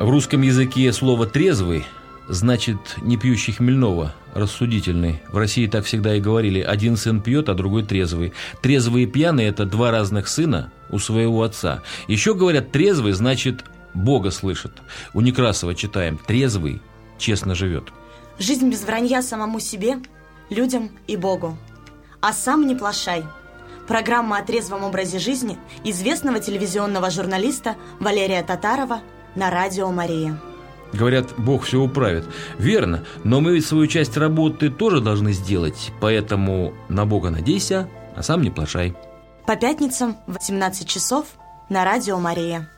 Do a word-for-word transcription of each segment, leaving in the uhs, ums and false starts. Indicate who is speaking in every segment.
Speaker 1: В русском языке слово «трезвый» значит не пьющий хмельного, рассудительный. В России так всегда и говорили: один сын пьет, а другой трезвый. Трезвый и пьяный – это два разных сына у своего отца. Еще говорят, трезвый значит Бога слышит. У Некрасова читаем: трезвый честно живет.
Speaker 2: Жизнь без вранья самому себе, людям и Богу. А сам не плашай. Программа о трезвом образе жизни известного телевизионного журналиста Валерия Татарова на Радио Мария.
Speaker 1: Говорят, Бог все управит. Верно, но мы ведь свою часть работы тоже должны сделать. Поэтому на Бога надейся, а сам не плашай.
Speaker 2: По пятницам в семнадцать часов на Радио Мария.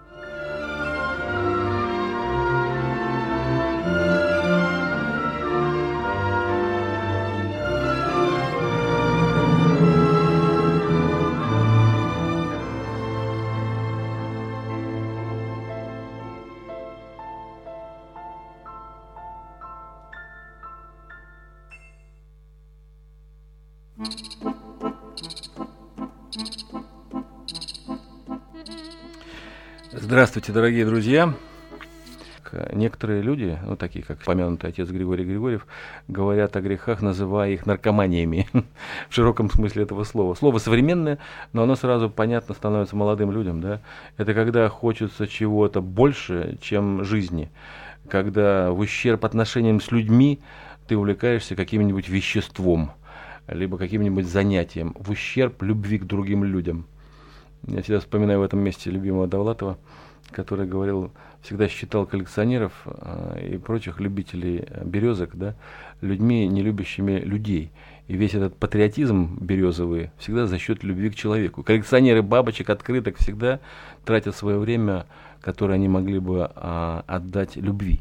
Speaker 3: Здравствуйте, дорогие друзья. Некоторые люди, ну, такие как помянутый отец Григорий Григорьев, говорят о грехах, называя их наркоманиями в широком смысле этого слова. Слово современное, но оно сразу понятно становится молодым людям, да? Это когда хочется чего-то больше, чем жизни, когда в ущерб отношениям с людьми ты увлекаешься каким-нибудь веществом, либо каким-нибудь занятием, в ущерб любви к другим людям. Я всегда вспоминаю в этом месте любимого Довлатова, который говорил, всегда считал коллекционеров э, и прочих любителей березок, да, людьми, не любящими людей. И весь этот патриотизм березовый всегда за счет любви к человеку. Коллекционеры бабочек, открыток всегда тратят свое время, которое они могли бы э, отдать любви.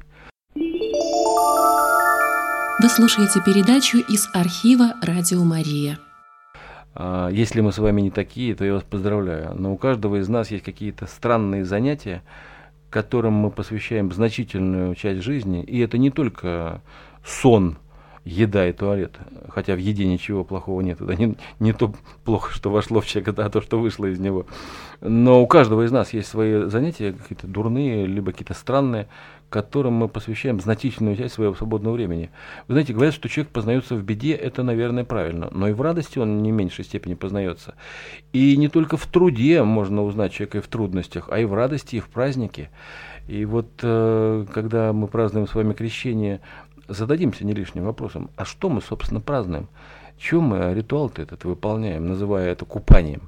Speaker 4: Вы слушаете передачу из архива «Радио Мария».
Speaker 3: Если мы с вами не такие, то я вас поздравляю. Но у каждого из нас есть какие-то странные занятия, которым мы посвящаем значительную часть жизни. И это не только сон, еда и туалет, хотя в еде ничего плохого нет. Да, не, не то плохо, что вошло в человека, а то, что вышло из него. Но у каждого из нас есть свои занятия, какие-то дурные, либо какие-то странные, которым мы посвящаем значительную часть своего свободного времени. Вы знаете, говорят, что человек познается в беде, это, наверное, правильно, но и в радости он не в меньшей степени познается. И не только в труде можно узнать человека и в трудностях, а и в радости, и в празднике. И вот э, когда мы празднуем с вами крещение, зададимся не лишним вопросом: а что мы, собственно, празднуем? Чего мы ритуал-то этот выполняем, называя это купанием?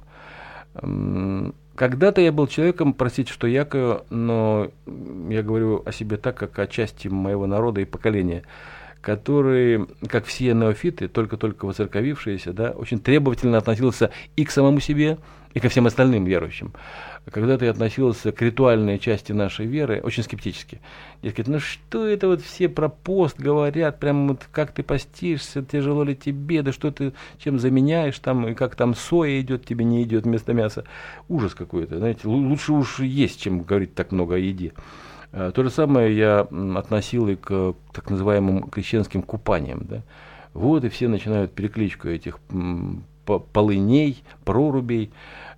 Speaker 3: Когда-то я был человеком, простите, что якаю, но я говорю о себе так, как о части моего народа и поколения, который, как все неофиты, только-только воцерковившиеся, да, очень требовательно относился и к самому себе, и ко всем остальным верующим. Когда-то я относился к ритуальной части нашей веры очень скептически. Дескать, ну что это вот все про пост говорят, прям вот как ты постишься, тяжело ли тебе, да что ты чем заменяешь там, и как там соя идет, тебе не идет вместо мяса. Ужас какой-то, знаете, лучше уж есть, чем говорить так много о еде. То же самое я относил и к так называемым крещенским купаниям. Да? Вот и все начинают перекличку этих полыней, прорубей,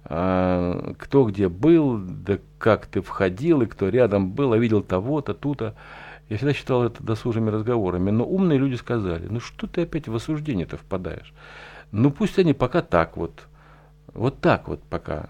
Speaker 3: кто где был, да как ты входил, и кто рядом был, а видел того-то, ту-то. Я всегда считал это досужими разговорами, но умные люди сказали: ну что ты опять в осуждение-то впадаешь? Ну пусть они пока так вот, вот так вот пока,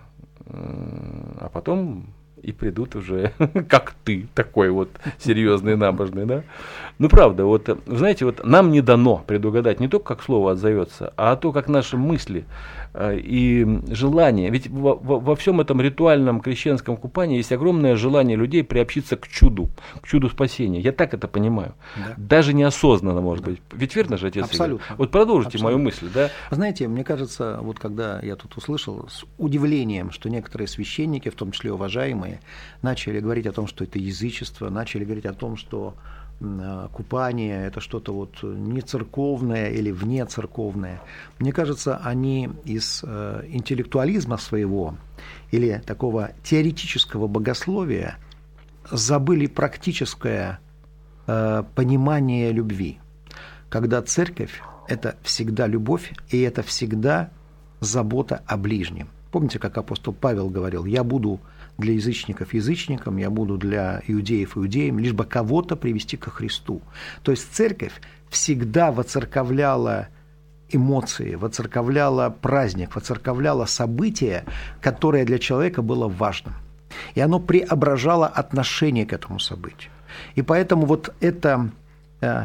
Speaker 3: а потом и придут уже, как ты, такой вот серьезный, набожный, да? Ну, правда, вот, знаете, вот нам не дано предугадать не только, как слово отзовется, а то, как наши мысли э, и желания. Ведь во, во, во всем этом ритуальном крещенском купании есть огромное желание людей приобщиться к чуду, к чуду спасения. Я так это понимаю. Да. Даже неосознанно, может быть. Ведь верно же, отец
Speaker 5: Абсолютно.
Speaker 3: Игорь? Вот продолжите
Speaker 5: Абсолютно.
Speaker 3: мою мысль, да?
Speaker 5: Знаете, мне кажется, вот когда я тут услышал с удивлением, что некоторые священники, в том числе уважаемые, начали говорить о том, что это язычество, начали говорить о том, что купание – это что-то вот не церковное или вне церковное. Мне кажется, они из э, интеллектуализма своего или такого теоретического богословия забыли практическое э, понимание любви. Когда церковь – это всегда любовь, и это всегда забота о ближнем. Помните, как апостол Павел говорил: «Я буду для язычников язычником, я буду для иудеев иудеем, лишь бы кого-то привести ко Христу. То есть церковь всегда воцерковляла эмоции, воцерковляла праздник, воцерковляла событие, которое для человека было важным. И оно преображало отношение к этому событию. И поэтому вот это э,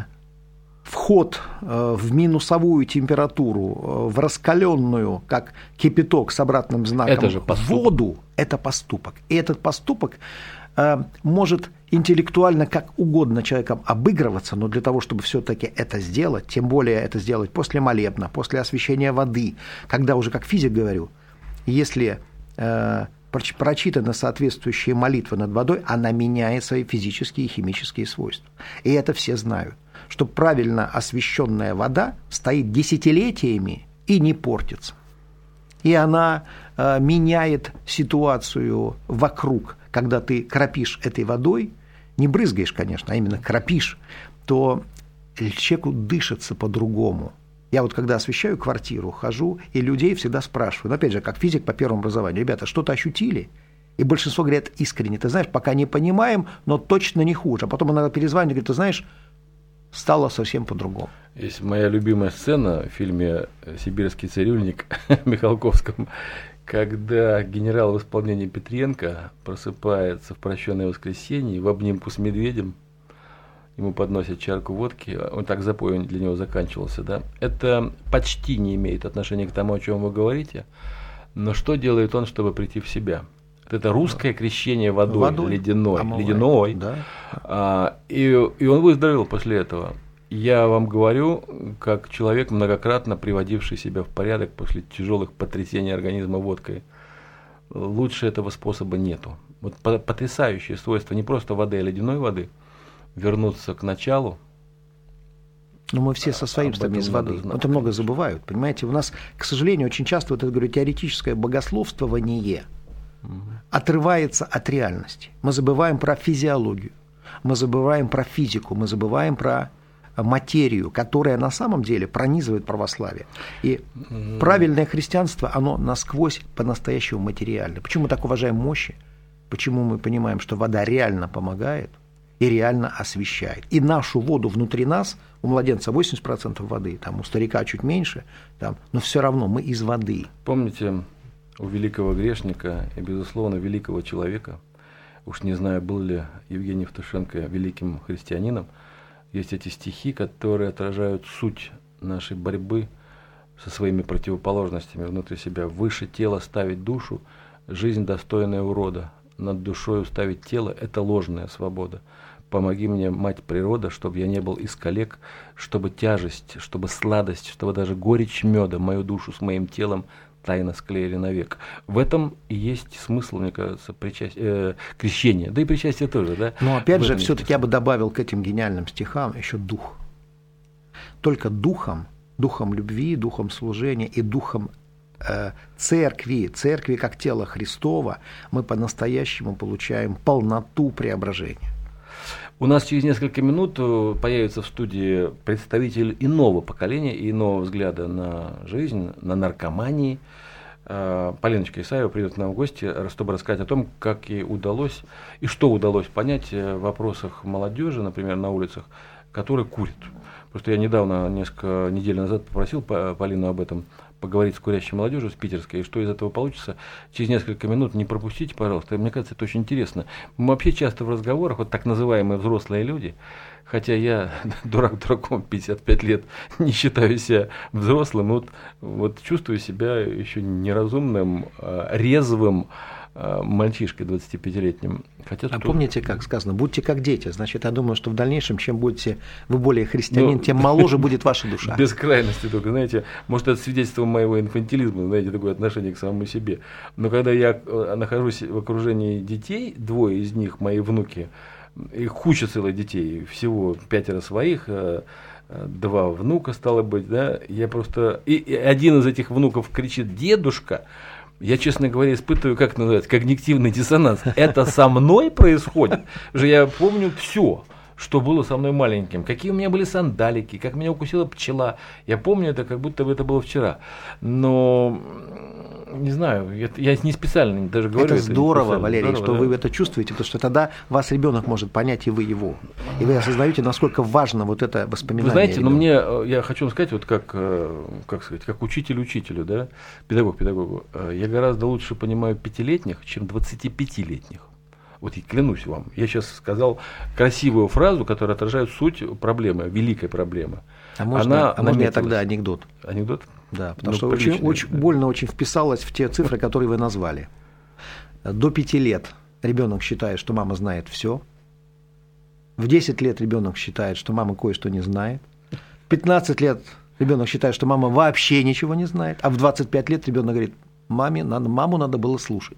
Speaker 5: вход э, в минусовую температуру, э, в раскаленную, как кипяток с обратным знаком,
Speaker 3: это же
Speaker 5: воду, это поступок. И этот поступок э, может интеллектуально как угодно человеком обыгрываться, но для того, чтобы все-таки это сделать, тем более это сделать после молебна, после освящения воды, когда уже, как физик говорю, если э, прочитаны соответствующие молитвы над водой, она меняет свои физические и химические свойства. И это все знают, что правильно освященная вода стоит десятилетиями и не портится. И она э, меняет ситуацию вокруг. Когда ты кропишь этой водой, не брызгаешь, конечно, а именно кропишь, то человеку дышится по-другому. Я вот когда освещаю квартиру, хожу, и людей всегда спрашиваю, но опять же, как физик по первому образованию, ребята, что-то ощутили? И большинство говорят искренне, ты знаешь, пока не понимаем, но точно не хуже. А потом иногда перезванивают, говорят, ты знаешь, стало совсем по-другому.
Speaker 3: Есть моя любимая сцена в фильме «Сибирский цирюльник» Михалковском, когда генерал в исполнении Петренко просыпается в прощенное воскресенье в обнимку с медведем, ему подносят чарку водки, он так запой для него заканчивался, да. Это почти не имеет отношения к тому, о чем вы говорите, но что делает он, чтобы прийти в себя? Это русское крещение водой, водой ледяной, омывает, ледяной, да. а, и, и он выздоровел после этого. Я вам говорю, как человек, многократно приводивший себя в порядок после тяжелых потрясений организма водкой, лучше этого способа нету. Вот потрясающее свойство не просто воды, а ледяной воды, вернуться к началу.
Speaker 5: Но мы все со своим стороны из воды. Это много забывают. Понимаете, у нас, к сожалению, очень часто, вот это говорю, теоретическое богословствование угу. отрывается от реальности. Мы забываем про физиологию, мы забываем про физику, мы забываем про материю, которая на самом деле пронизывает православие. И угу. правильное христианство, оно насквозь по-настоящему материально. Почему мы так уважаем мощи? Почему мы понимаем, что вода реально помогает и реально освещает. И нашу воду внутри нас, у младенца восемьдесят процентов воды, там, у старика чуть меньше, там, но все равно мы из воды.
Speaker 3: Помните, у великого грешника и, безусловно, великого человека, уж не знаю, был ли Евгений Евтушенко великим христианином, есть эти стихи, которые отражают суть нашей борьбы со своими противоположностями внутри себя. «Выше тела ставить душу, жизнь достойная урода. Над душою ставить тело – это ложная свобода. Помоги мне, мать природа, чтобы я не был искалек, чтобы тяжесть, чтобы сладость, чтобы даже горечь меда мою душу с моим телом тайно склеили навек». В этом и есть смысл, мне кажется, причасть... э, крещения. Да и причастие тоже, да?
Speaker 5: Но опять же, все-таки я бы добавил к этим гениальным стихам еще дух. Только духом, духом любви, духом служения и духом церкви, церкви как тело Христова, мы по-настоящему получаем полноту преображения.
Speaker 3: У нас через несколько минут появится в студии представитель иного поколения и иного взгляда на жизнь, на наркомании. Полиночка Исаева придет к нам в гости, чтобы рассказать о том, как ей удалось и что удалось понять в вопросах молодежи, например, на улицах, которые курят. Просто я недавно, несколько недель назад попросил Полину об этом поговорить с курящей молодежью, с питерской, и что из этого получится, через несколько минут не пропустите, пожалуйста. Мне кажется, это очень интересно. Мы вообще часто в разговорах, вот так называемые взрослые люди, хотя я дурак дураком, пятьдесят пять лет, не считаю себя взрослым, вот, вот чувствую себя еще неразумным, резвым мальчишкой двадцатипятилетним. Хотя
Speaker 5: а помните, как сказано, будьте как дети. Значит, я думаю, что в дальнейшем, чем будете вы более христианин, ну, тем моложе будет ваша душа.
Speaker 3: Без крайности только, знаете, может, это свидетельство моего инфантилизма, знаете, такое отношение к самому себе. Но когда я нахожусь в окружении детей, двое из них, мои внуки, их куча целых детей, всего пятеро своих, два внука, стало быть, да, я просто... И один из этих внуков кричит «дедушка», я, честно говоря, испытываю, как называется, когнитивный диссонанс. Это со мной происходит? Же я помню все, что было со мной маленьким. Какие у меня были сандалики, как меня укусила пчела. Я помню это, как будто бы это было вчера. Но Не знаю, это, я не специально даже говорю.
Speaker 5: Это, это здорово,
Speaker 3: не
Speaker 5: Валерий,
Speaker 3: здорово,
Speaker 5: что
Speaker 3: да?
Speaker 5: вы это чувствуете, потому что тогда вас ребенок может понять, и вы его. И вы осознаете, насколько важно вот это воспоминание.
Speaker 3: Вы знаете, но
Speaker 5: ребенка.
Speaker 3: мне, я хочу вам сказать, вот как, как сказать, как учитель учителю, да, педагог педагогу, я гораздо лучше понимаю пятилетних, чем двадцатипятилетних. Вот я клянусь вам, я сейчас сказал красивую фразу, которая отражает суть проблемы, великой проблемы.
Speaker 5: А можно,
Speaker 3: Она
Speaker 5: а можно я
Speaker 3: наметилась.
Speaker 5: тогда анекдот?
Speaker 3: Анекдот?
Speaker 5: Да, потому
Speaker 3: Ну,
Speaker 5: что очень,
Speaker 3: приличный,
Speaker 5: очень
Speaker 3: да.
Speaker 5: больно очень вписалось в те цифры, которые вы назвали. До пяти лет ребенок считает, что мама знает все. В десять лет ребенок считает, что мама кое-что не знает. В пятнадцать лет ребенок считает, что мама вообще ничего не знает. А в двадцать пять лет ребенок говорит: Маме надо, маму надо было слушать.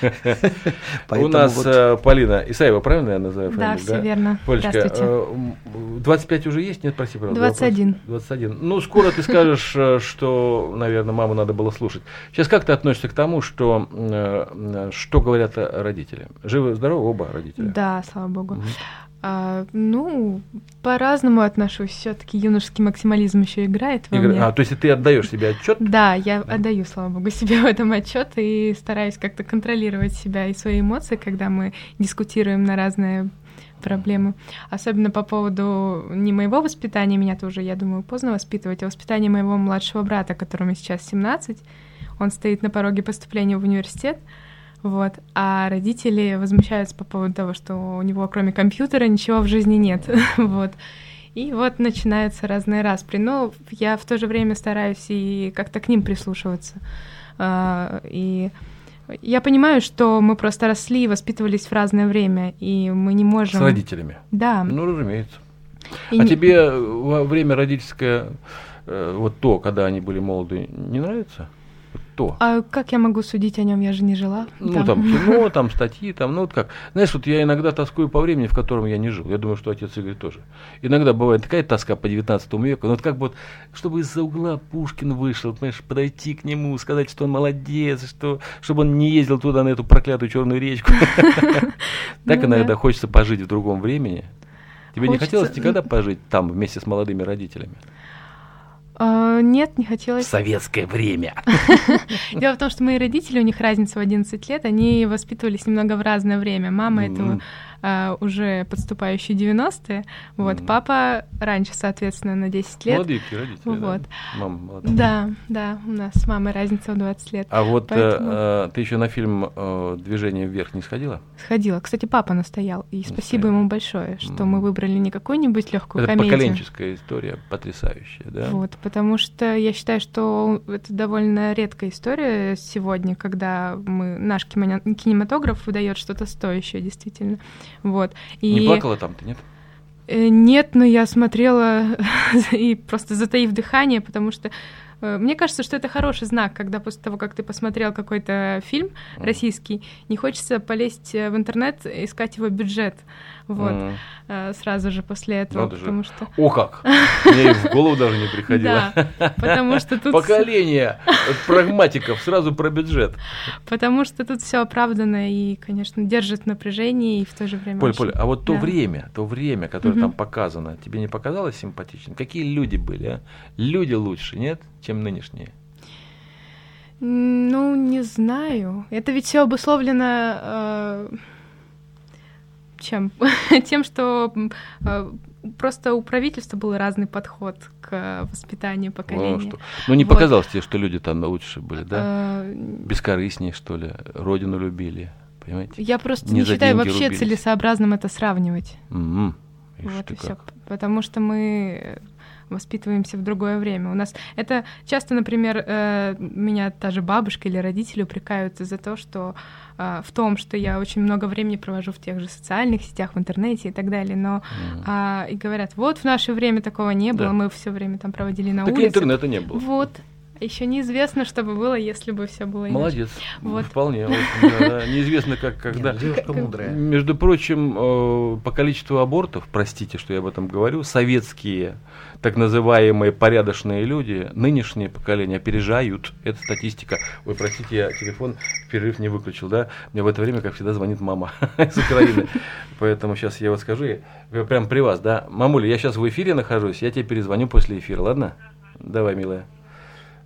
Speaker 3: У нас вот... Полина Исаева, правильно я называю?
Speaker 6: Да, все верно.
Speaker 3: Полечка,
Speaker 6: здравствуйте.
Speaker 3: двадцать пять уже есть? Нет, прости, пожалуйста.
Speaker 6: двадцать один.
Speaker 3: двадцать один. Ну, скоро ты скажешь, что, наверное, маму надо было слушать. Сейчас как ты относишься к тому, что, что говорят родители? Живы-здоровы оба родителя?
Speaker 6: Да, слава богу. Угу. А, ну, по-разному отношусь. Все-таки юношеский максимализм еще играет во
Speaker 3: Игра...
Speaker 6: мне.
Speaker 3: А, то есть ты отдаешь себе отчет?
Speaker 6: Да, я отдаю, слава богу, себе в этом отчет и стараюсь как-то контролировать себя и свои эмоции, когда мы дискутируем на разные проблемы. Особенно по поводу не моего воспитания, меня тоже, я думаю, поздно воспитывать, а воспитания моего младшего брата, которому сейчас семнадцать. Он стоит на пороге поступления в университет. Вот. А родители возмущаются по поводу того, что у него кроме компьютера ничего в жизни нет. Вот. И вот начинаются разные распри. Но я в то же время стараюсь и как-то к ним прислушиваться. И я понимаю, что мы просто росли и воспитывались в разное время, и мы не можем...
Speaker 3: С родителями?
Speaker 6: Да.
Speaker 3: Ну, разумеется.
Speaker 6: И
Speaker 3: а
Speaker 6: не...
Speaker 3: тебе во время родительское, вот то, когда они были молоды, не нравится? То.
Speaker 6: А как я могу судить о нем? Я же не жила.
Speaker 3: Ну,
Speaker 6: там,
Speaker 3: там кино, там статьи, там, ну, вот как. Знаешь, вот я иногда тоскую по времени, в котором я не жил. Я думаю, что отец Игорь тоже. Иногда бывает такая тоска по девятнадцатому веку, ну, вот как бы вот, чтобы из-за угла Пушкин вышел, понимаешь, подойти к нему, сказать, что он молодец, что, чтобы он не ездил туда, на эту проклятую Черную речку. Так иногда хочется пожить в другом времени. Тебе не хотелось никогда пожить там вместе с молодыми родителями?
Speaker 6: Uh, нет, не хотелось.
Speaker 3: В советское время.
Speaker 6: Дело в том, что мои родители, у них разница в одиннадцать лет, они воспитывались немного в разное время. Мама mm-hmm. это uh, уже подступающие девяностые, вот, mm-hmm. папа раньше, соответственно, на десять лет.
Speaker 3: Молодые родители,
Speaker 6: вот.
Speaker 3: Да? Мама молодая.
Speaker 6: Да, да, у нас с мамой разница в двадцать лет.
Speaker 3: А вот
Speaker 6: Поэтому...
Speaker 3: э, ты еще на фильм э, «Движение вверх» не сходила?
Speaker 6: Сходила. Кстати, папа настоял, и спасибо ему большое, что mm-hmm. мы выбрали не какую-нибудь легкую
Speaker 3: это
Speaker 6: комедию.
Speaker 3: Это поколенческая история, потрясающая, да?
Speaker 6: Вот, потому что я считаю, что это довольно редкая история сегодня, когда мы, наш кинематограф выдает что-то стоящее, действительно. Вот. И...
Speaker 3: Не плакала там ты, нет?
Speaker 6: Нет, но я смотрела и просто затаив дыхание, потому что мне кажется, что это хороший знак, когда после того, как ты посмотрел какой-то фильм российский, не хочется полезть в интернет, искать его бюджет. Вот. Mm. Сразу же после этого.
Speaker 3: Надо
Speaker 6: потому
Speaker 3: же.
Speaker 6: Что...
Speaker 3: О как! Мне и в голову даже не приходило.
Speaker 6: Да, потому что тут...
Speaker 3: Поколение прагматиков, сразу про бюджет.
Speaker 6: Потому что тут все оправдано и, конечно, держит напряжение и в то же время...
Speaker 3: Поль,
Speaker 6: очень...
Speaker 3: Поль, а вот то
Speaker 6: да.
Speaker 3: время, то время, которое
Speaker 6: mm-hmm.
Speaker 3: там показано, тебе не показалось симпатичным? Какие люди были, а? Люди лучше, нет, чем нынешние?
Speaker 6: Ну, не знаю. Это ведь все обусловлено... Э... Чем? Тем, что э, просто у правительства был разный подход к воспитанию поколения.
Speaker 3: Ну, ну не
Speaker 6: вот.
Speaker 3: Показалось тебе, что люди там лучше были, да?
Speaker 6: А...
Speaker 3: Бескорыстнее, что ли, родину любили, понимаете?
Speaker 6: Я просто
Speaker 3: не,
Speaker 6: не считаю вообще
Speaker 3: рубились.
Speaker 6: Целесообразным это сравнивать.
Speaker 3: Mm-hmm.
Speaker 6: Вот и все. Потому что мы воспитываемся в другое время. У нас это часто, например, э, меня та же бабушка или родители упрекают за то, что э, в том, что я очень много времени провожу в тех же социальных сетях, в интернете и так далее, но mm. э, и говорят, вот в наше время такого не было, да. мы все время там проводили на
Speaker 3: так
Speaker 6: улице.
Speaker 3: Так интернета не было.
Speaker 6: Вот. Еще неизвестно, что бы было, если бы все было иначе.
Speaker 3: Молодец.
Speaker 6: Вот.
Speaker 3: Вполне. Неизвестно, как когда.
Speaker 5: Девушка мудрая.
Speaker 3: Между прочим, по количеству абортов, простите, что я об этом говорю, советские так называемые порядочные люди, нынешнее поколение опережают. Это статистика. Ой, простите, я телефон в перерыв не выключил, да? Мне в это время, как всегда, звонит мама из Украины. Поэтому сейчас я вот скажу, прям при вас, да? Мамуля, я сейчас в эфире нахожусь, я тебе перезвоню после эфира, ладно? Давай, милая.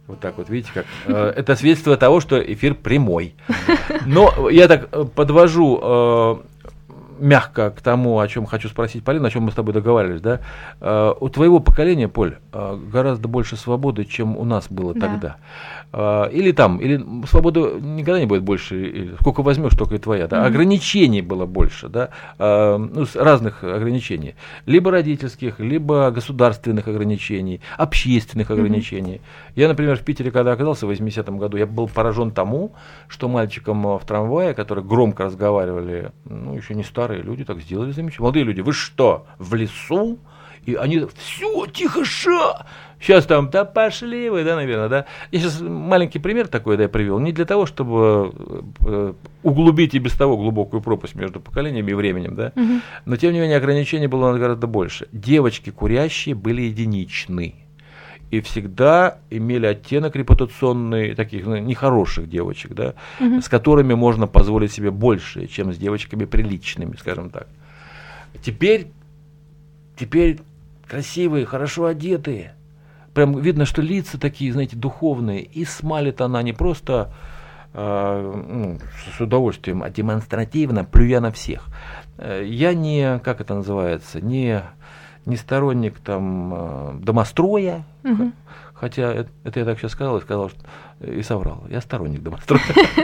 Speaker 3: Вот так вот, видите, как. Это свидетельство того, что эфир прямой. Но я так подвожу мягко к тому, о чем хочу спросить Полину, о чем мы с тобой договаривались, да? У твоего поколения, Поль, гораздо больше свободы, чем у нас было да. тогда. Или там, или свободы никогда не будет больше, сколько возьмешь, только и твоя, да? Mm-hmm. Ограничений было больше, да? Ну, разных ограничений. Либо родительских, либо государственных ограничений, общественных ограничений. Mm-hmm. Я, например, в Питере, когда оказался в восьмидесятом году, я был поражен тому, что мальчикам в трамвае, которые громко разговаривали, ну, еще не старые люди, так сделали замечательно. Молодые люди, вы что, в лесу? И они, все, тихо, ша! Сейчас там, да пошли вы, да, наверное, да. Я сейчас маленький пример такой, да, я привел, не для того, чтобы углубить и без того глубокую пропасть между поколениями и временем, да, угу. Но тем не менее ограничений было у нас гораздо больше. Девочки курящие были единичны и всегда имели оттенок репутационный таких ну, нехороших девочек, да, угу. с которыми можно позволить себе больше, чем с девочками приличными, скажем так. Теперь, теперь красивые, хорошо одетые. Прям видно, что лица такие, знаете, духовные. И смалит она не просто э, ну, с удовольствием, а демонстративно, плюя на всех. Я не, как это называется, не, не сторонник там э, домостроя. Угу. Хотя это, это я так сейчас сказал и сказал, что и соврал. Я сторонник домостроя.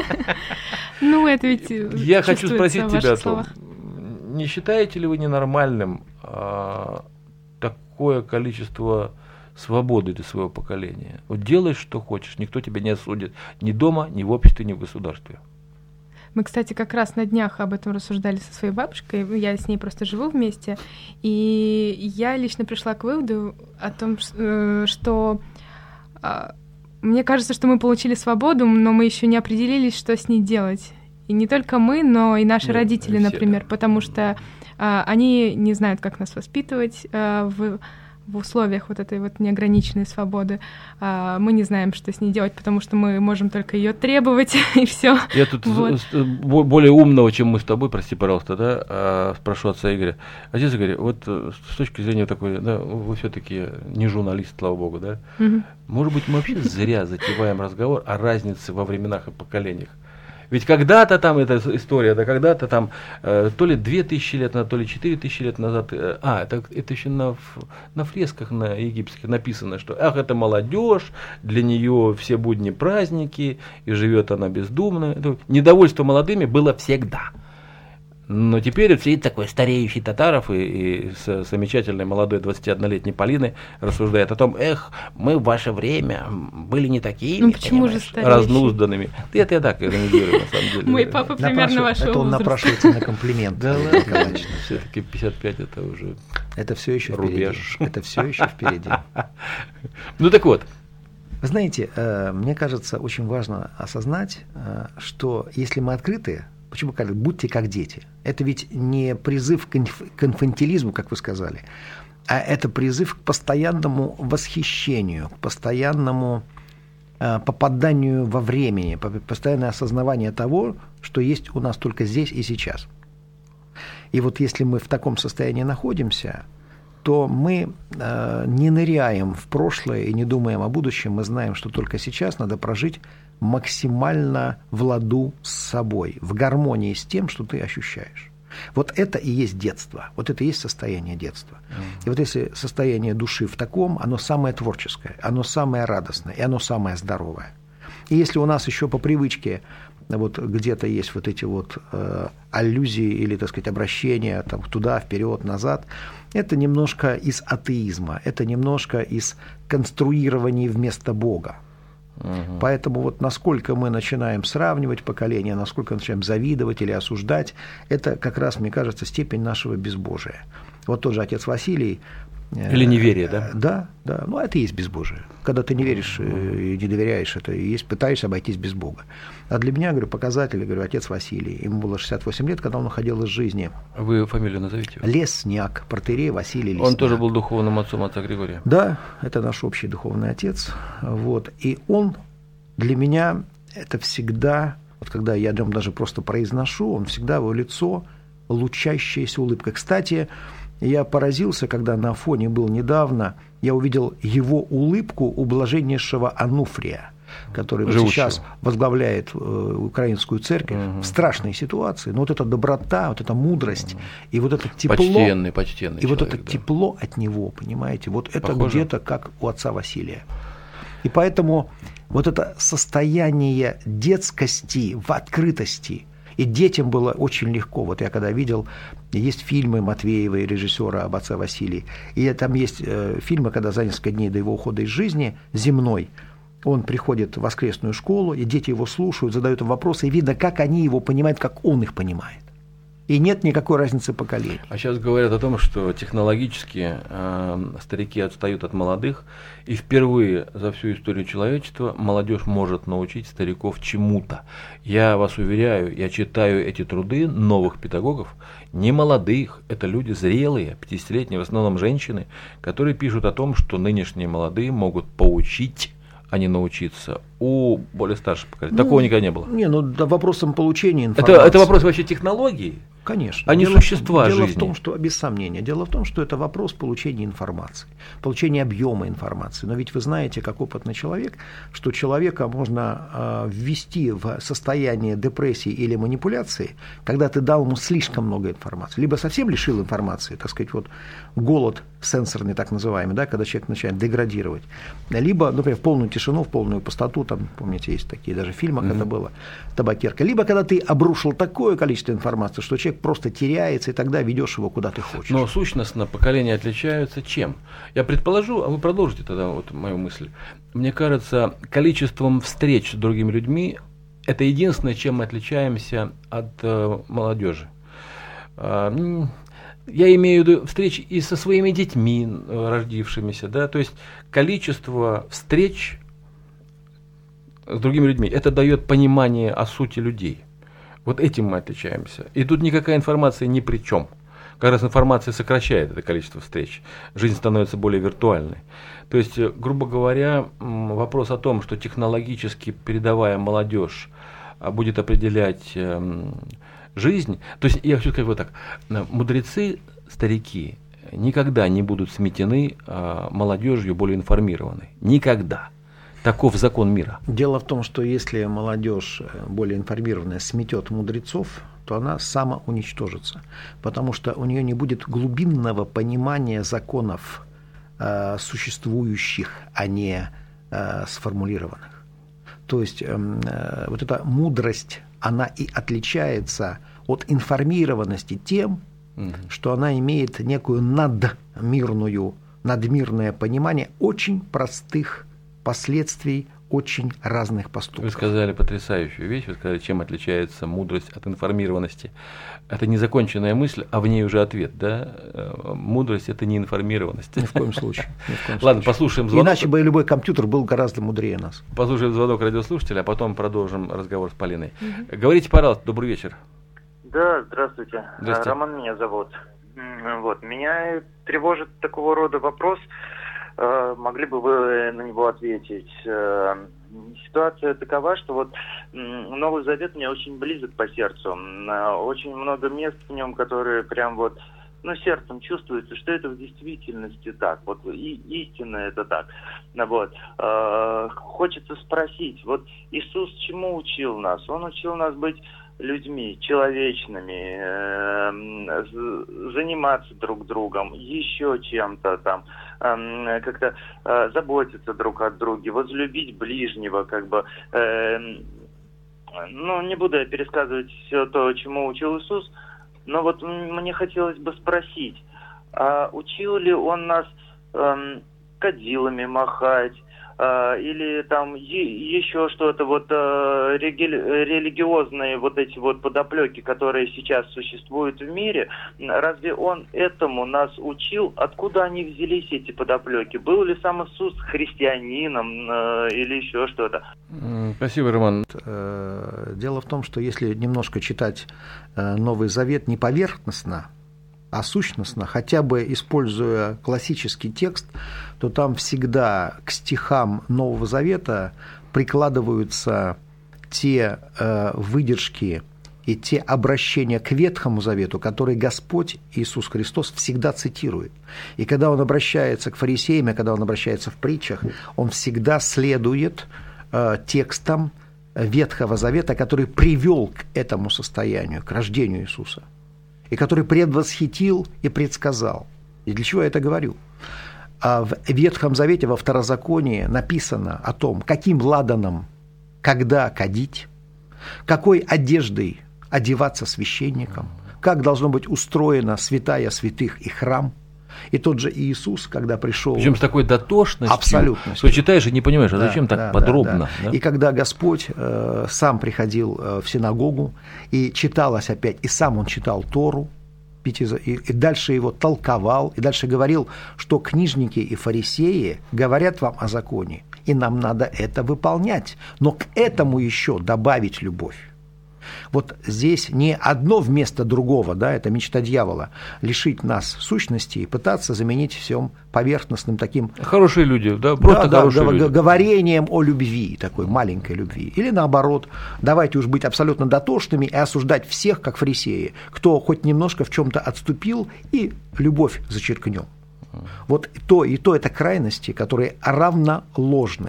Speaker 6: Ну, это ведь
Speaker 3: я хочу спросить тебя о том, не считаете ли вы ненормальным такое количество свободы для своего поколения? Вот делай, что хочешь, никто тебя не осудит ни дома, ни в обществе, ни в государстве.
Speaker 6: Мы, кстати, как раз на днях об этом рассуждали со своей бабушкой, я с ней просто живу вместе, и я лично пришла к выводу о том, что мне кажется, что мы получили свободу, но мы еще не определились, что с ней делать. И не только мы, но и наши Нет, родители, например, да. потому что они не знают, как нас воспитывать в в условиях вот этой вот неограниченной свободы. А, мы не знаем, что с ней делать, потому что мы можем только ее требовать, и все.
Speaker 3: Я тут вот. более умного, чем мы с тобой, прости, пожалуйста, да, спрошу отца Игоря. Отец Игорь, вот с точки зрения такой, да, вы все-таки не журналист, слава богу, да? Угу. Может быть, мы вообще зря затеваем разговор о разнице во временах и поколениях. Ведь когда-то там эта история, да, когда-то там э, то ли две тысячи лет назад, то ли четыре тысячи лет назад, э, а, это, это еще на, на фресках на египетских написано, что ах, это молодежь, для нее все будни праздники, и живет она бездумно. Недовольство молодыми было всегда. Но теперь сидит такой стареющий Татаров и, и с замечательной молодой двадцатиоднолетней Полиной рассуждает о том, эх, мы в ваше время были не такими,
Speaker 6: ну, почему же
Speaker 3: разнузданными. Это я так иронизирую, на самом деле.
Speaker 6: Мой папа примерно вашего
Speaker 5: Это он напрашивается на комплимент.
Speaker 3: Да ладно, все-таки пятьдесят пять это уже
Speaker 5: Это все еще впереди. Это все еще впереди.
Speaker 3: Ну так вот.
Speaker 5: Вы знаете, мне кажется, очень важно осознать, что если мы открыты, почему говорят, будьте как дети? Это ведь не призыв к инфантилизму, как вы сказали, а это призыв к постоянному восхищению, к постоянному э, попаданию во времени, постоянное осознавание того, что есть у нас только здесь и сейчас. И вот если мы в таком состоянии находимся, то мы э, не ныряем в прошлое и не думаем о будущем, мы знаем, что только сейчас надо прожить максимально в ладу с собой, в гармонии с тем, что ты ощущаешь. Вот это и есть детство, вот это и есть состояние детства. Mm-hmm. И вот если состояние души в таком, оно самое творческое, оно самое радостное, и оно самое здоровое. И если у нас еще по привычке вот где-то есть вот эти вот э, аллюзии или, так сказать, обращения там, туда, вперед, назад, это немножко из атеизма, это немножко из конструирования вместо Бога. Угу. Поэтому вот насколько мы начинаем сравнивать поколения, насколько начинаем завидовать или осуждать, это как раз, мне кажется, степень нашего безбожия. Вот тот же отец Василий...
Speaker 3: Или неверие, да?
Speaker 5: Да, да. Ну, это и есть безбожие. Когда ты не веришь и не доверяешь, это и есть, пытаешься обойтись без Бога. А для меня, говорю, показатель, говорю, отец Василий, ему было шестьдесят восемь лет, когда он уходил из жизни.
Speaker 3: Вы фамилию назовите?
Speaker 5: Лесняк, протоиерей Василий Лесняк.
Speaker 3: Он тоже был духовным отцом отца Григория?
Speaker 5: Да, это наш общий духовный отец. Вот. И он для меня, это всегда, вот когда я о нем даже просто произношу, он всегда, его лицо, лучащаяся улыбка. Кстати, И я поразился, когда на Афоне был недавно, я увидел его улыбку у блаженнейшего Ануфрия, который вот сейчас возглавляет э, украинскую церковь угу. в страшной ситуации. Но вот эта доброта, вот эта мудрость угу. и вот это тепло,
Speaker 3: почтенный, почтенный
Speaker 5: и
Speaker 3: человек,
Speaker 5: вот это
Speaker 3: да.
Speaker 5: тепло от него, понимаете, вот это
Speaker 3: Похоже.
Speaker 5: Где-то как у отца Василия. И поэтому вот это состояние детскости в открытости, и детям было очень легко. Вот я когда видел, есть фильмы Матвеева и режиссера об отце Василии, и там есть э, фильмы, когда за несколько дней до его ухода из жизни земной, он приходит в воскресную школу, и дети его слушают, задают им вопросы, и видно, как они его понимают, как он их понимает. И нет никакой разницы поколений.
Speaker 3: А сейчас говорят о том, что технологически э, старики отстают от молодых, и впервые за всю историю человечества молодежь может научить стариков чему-то. Я вас уверяю, я читаю эти труды новых педагогов, не молодых, это люди зрелые, пятидесятилетние, в основном женщины, которые пишут о том, что нынешние молодые могут поучить, а не научиться у более старших поколений. Ну, такого никогда не было.
Speaker 5: Не, ну да, вопросом получения информации.
Speaker 3: Это, это вопрос вообще технологии.
Speaker 5: Конечно.
Speaker 3: А не
Speaker 5: дело,
Speaker 3: существа
Speaker 5: дело
Speaker 3: жизни.
Speaker 5: в том, что, без сомнения, дело в том, что это вопрос получения информации, получения объема информации. Но ведь вы знаете, как опытный человек, что человека можно э, ввести в состояние депрессии или манипуляции, когда ты дал ему слишком много информации. Либо совсем лишил информации, так сказать, вот голод сенсорный так называемый, да, когда человек начинает деградировать. Либо, например, в полную тишину, в полную пустоту, там, помните, есть такие даже в фильмах mm-hmm. это было, табакерка. Либо когда ты обрушил такое количество информации, что человек просто теряется, и тогда ведешь его куда ты хочешь.
Speaker 3: Но сущностно поколения отличаются чем? Я предположу, а вы продолжите тогда вот мою мысль. Мне кажется, количеством встреч с другими людьми это единственное, чем мы отличаемся от э, молодежи. Э, я имею в виду встречи и со своими детьми, э, рождившимися, да, то есть количество встреч с другими людьми, это дает понимание о сути людей. Вот этим мы отличаемся. И тут никакая информация ни при чем. Как раз информация сокращает это количество встреч. Жизнь становится более виртуальной. То есть, грубо говоря, вопрос о том, что технологически передовая молодежь будет определять жизнь. То есть, я хочу сказать вот так. Мудрецы, старики, никогда не будут сметены молодежью более информированной. Никогда. Таков закон мира.
Speaker 5: Дело в том, что если молодежь более информированная сметет мудрецов, то она самоуничтожится, потому что у нее не будет глубинного понимания законов э, существующих, а не э, сформулированных. То есть э, вот эта мудрость, она и отличается от информированности тем, угу. что она имеет некую надмирную, надмирное понимание очень простых последствий очень разных поступков.
Speaker 3: Вы сказали потрясающую вещь, вы сказали, чем отличается мудрость от информированности. Это не законченная мысль, а в ней уже ответ, да? Мудрость – это не информированность.
Speaker 5: Ни в коем случае. Ни в коем
Speaker 3: Ладно,
Speaker 5: случае.
Speaker 3: послушаем звонок.
Speaker 5: Иначе бы любой компьютер был гораздо мудрее нас.
Speaker 3: Послушаем звонок радиослушателя, а потом продолжим разговор с Полиной. Угу. Говорите, пожалуйста, добрый вечер.
Speaker 7: Да, здравствуйте.
Speaker 3: Здравствуйте.
Speaker 7: Роман меня зовут. Вот, меня тревожит такого рода вопрос. Могли бы вы на него ответить? Ситуация такова, что вот Новый Завет мне очень близок по сердцу. Очень много мест в нем, которые прям вот, ну, сердцем чувствуется, что это в действительности так. Вот и истинно это так. Вот. Хочется спросить, вот Иисус чему учил нас? Он учил нас быть людьми, человечными, э, заниматься друг другом, еще чем-то там, э, как-то э, заботиться друг о друге, возлюбить ближнего, как бы. Э, ну, не буду я пересказывать все то, чему учил Иисус, но вот мне хотелось бы спросить, а учил ли он нас э, кадилами махать, или там еще что-то, вот религиозные вот эти вот подоплеки, которые сейчас существуют в мире, разве он этому нас учил? Откуда они взялись, эти подоплеки? Был ли сам Иисус христианином или еще что-то?
Speaker 3: Спасибо, Роман.
Speaker 5: Дело в том, что если немножко читать Новый Завет не поверхностно, а сущностно, хотя бы используя классический текст, то там всегда к стихам Нового Завета прикладываются те э, выдержки и те обращения к Ветхому Завету, которые Господь Иисус Христос всегда цитирует. И когда Он обращается к фарисеям, и когда Он обращается в притчах, Он всегда следует э, текстам Ветхого Завета, который привел к этому состоянию, к рождению Иисуса, и который предвосхитил и предсказал. И для чего я это говорю? В Ветхом Завете, во Второзаконии написано о том, каким ладаном, когда кадить, какой одеждой одеваться священникам, как должно быть устроена святая святых и храм. И тот же Иисус, когда пришел...
Speaker 1: Причем с такой дотошностью,
Speaker 5: абсолютно,
Speaker 1: что читаешь и не понимаешь, а зачем да, так да, подробно.
Speaker 5: Да, да.
Speaker 1: Да?
Speaker 5: И когда Господь э, сам приходил э, в синагогу, и читалось опять, и сам Он читал Тору, и, и дальше его толковал, и дальше говорил, что книжники и фарисеи говорят вам о законе, и нам надо это выполнять, но к этому еще добавить любовь. Вот здесь не одно вместо другого, да, это мечта дьявола, лишить нас сущности и пытаться заменить всем поверхностным таким...
Speaker 1: Хорошие люди, да, просто
Speaker 5: да,
Speaker 1: хорошие
Speaker 5: да,
Speaker 1: люди.
Speaker 5: Говорением о любви, такой маленькой любви. Или наоборот, давайте уж быть абсолютно дотошными и осуждать всех, как фарисеи, кто хоть немножко в чем-то отступил, и любовь зачеркнем. Вот то и то это крайности, которые равно ложны.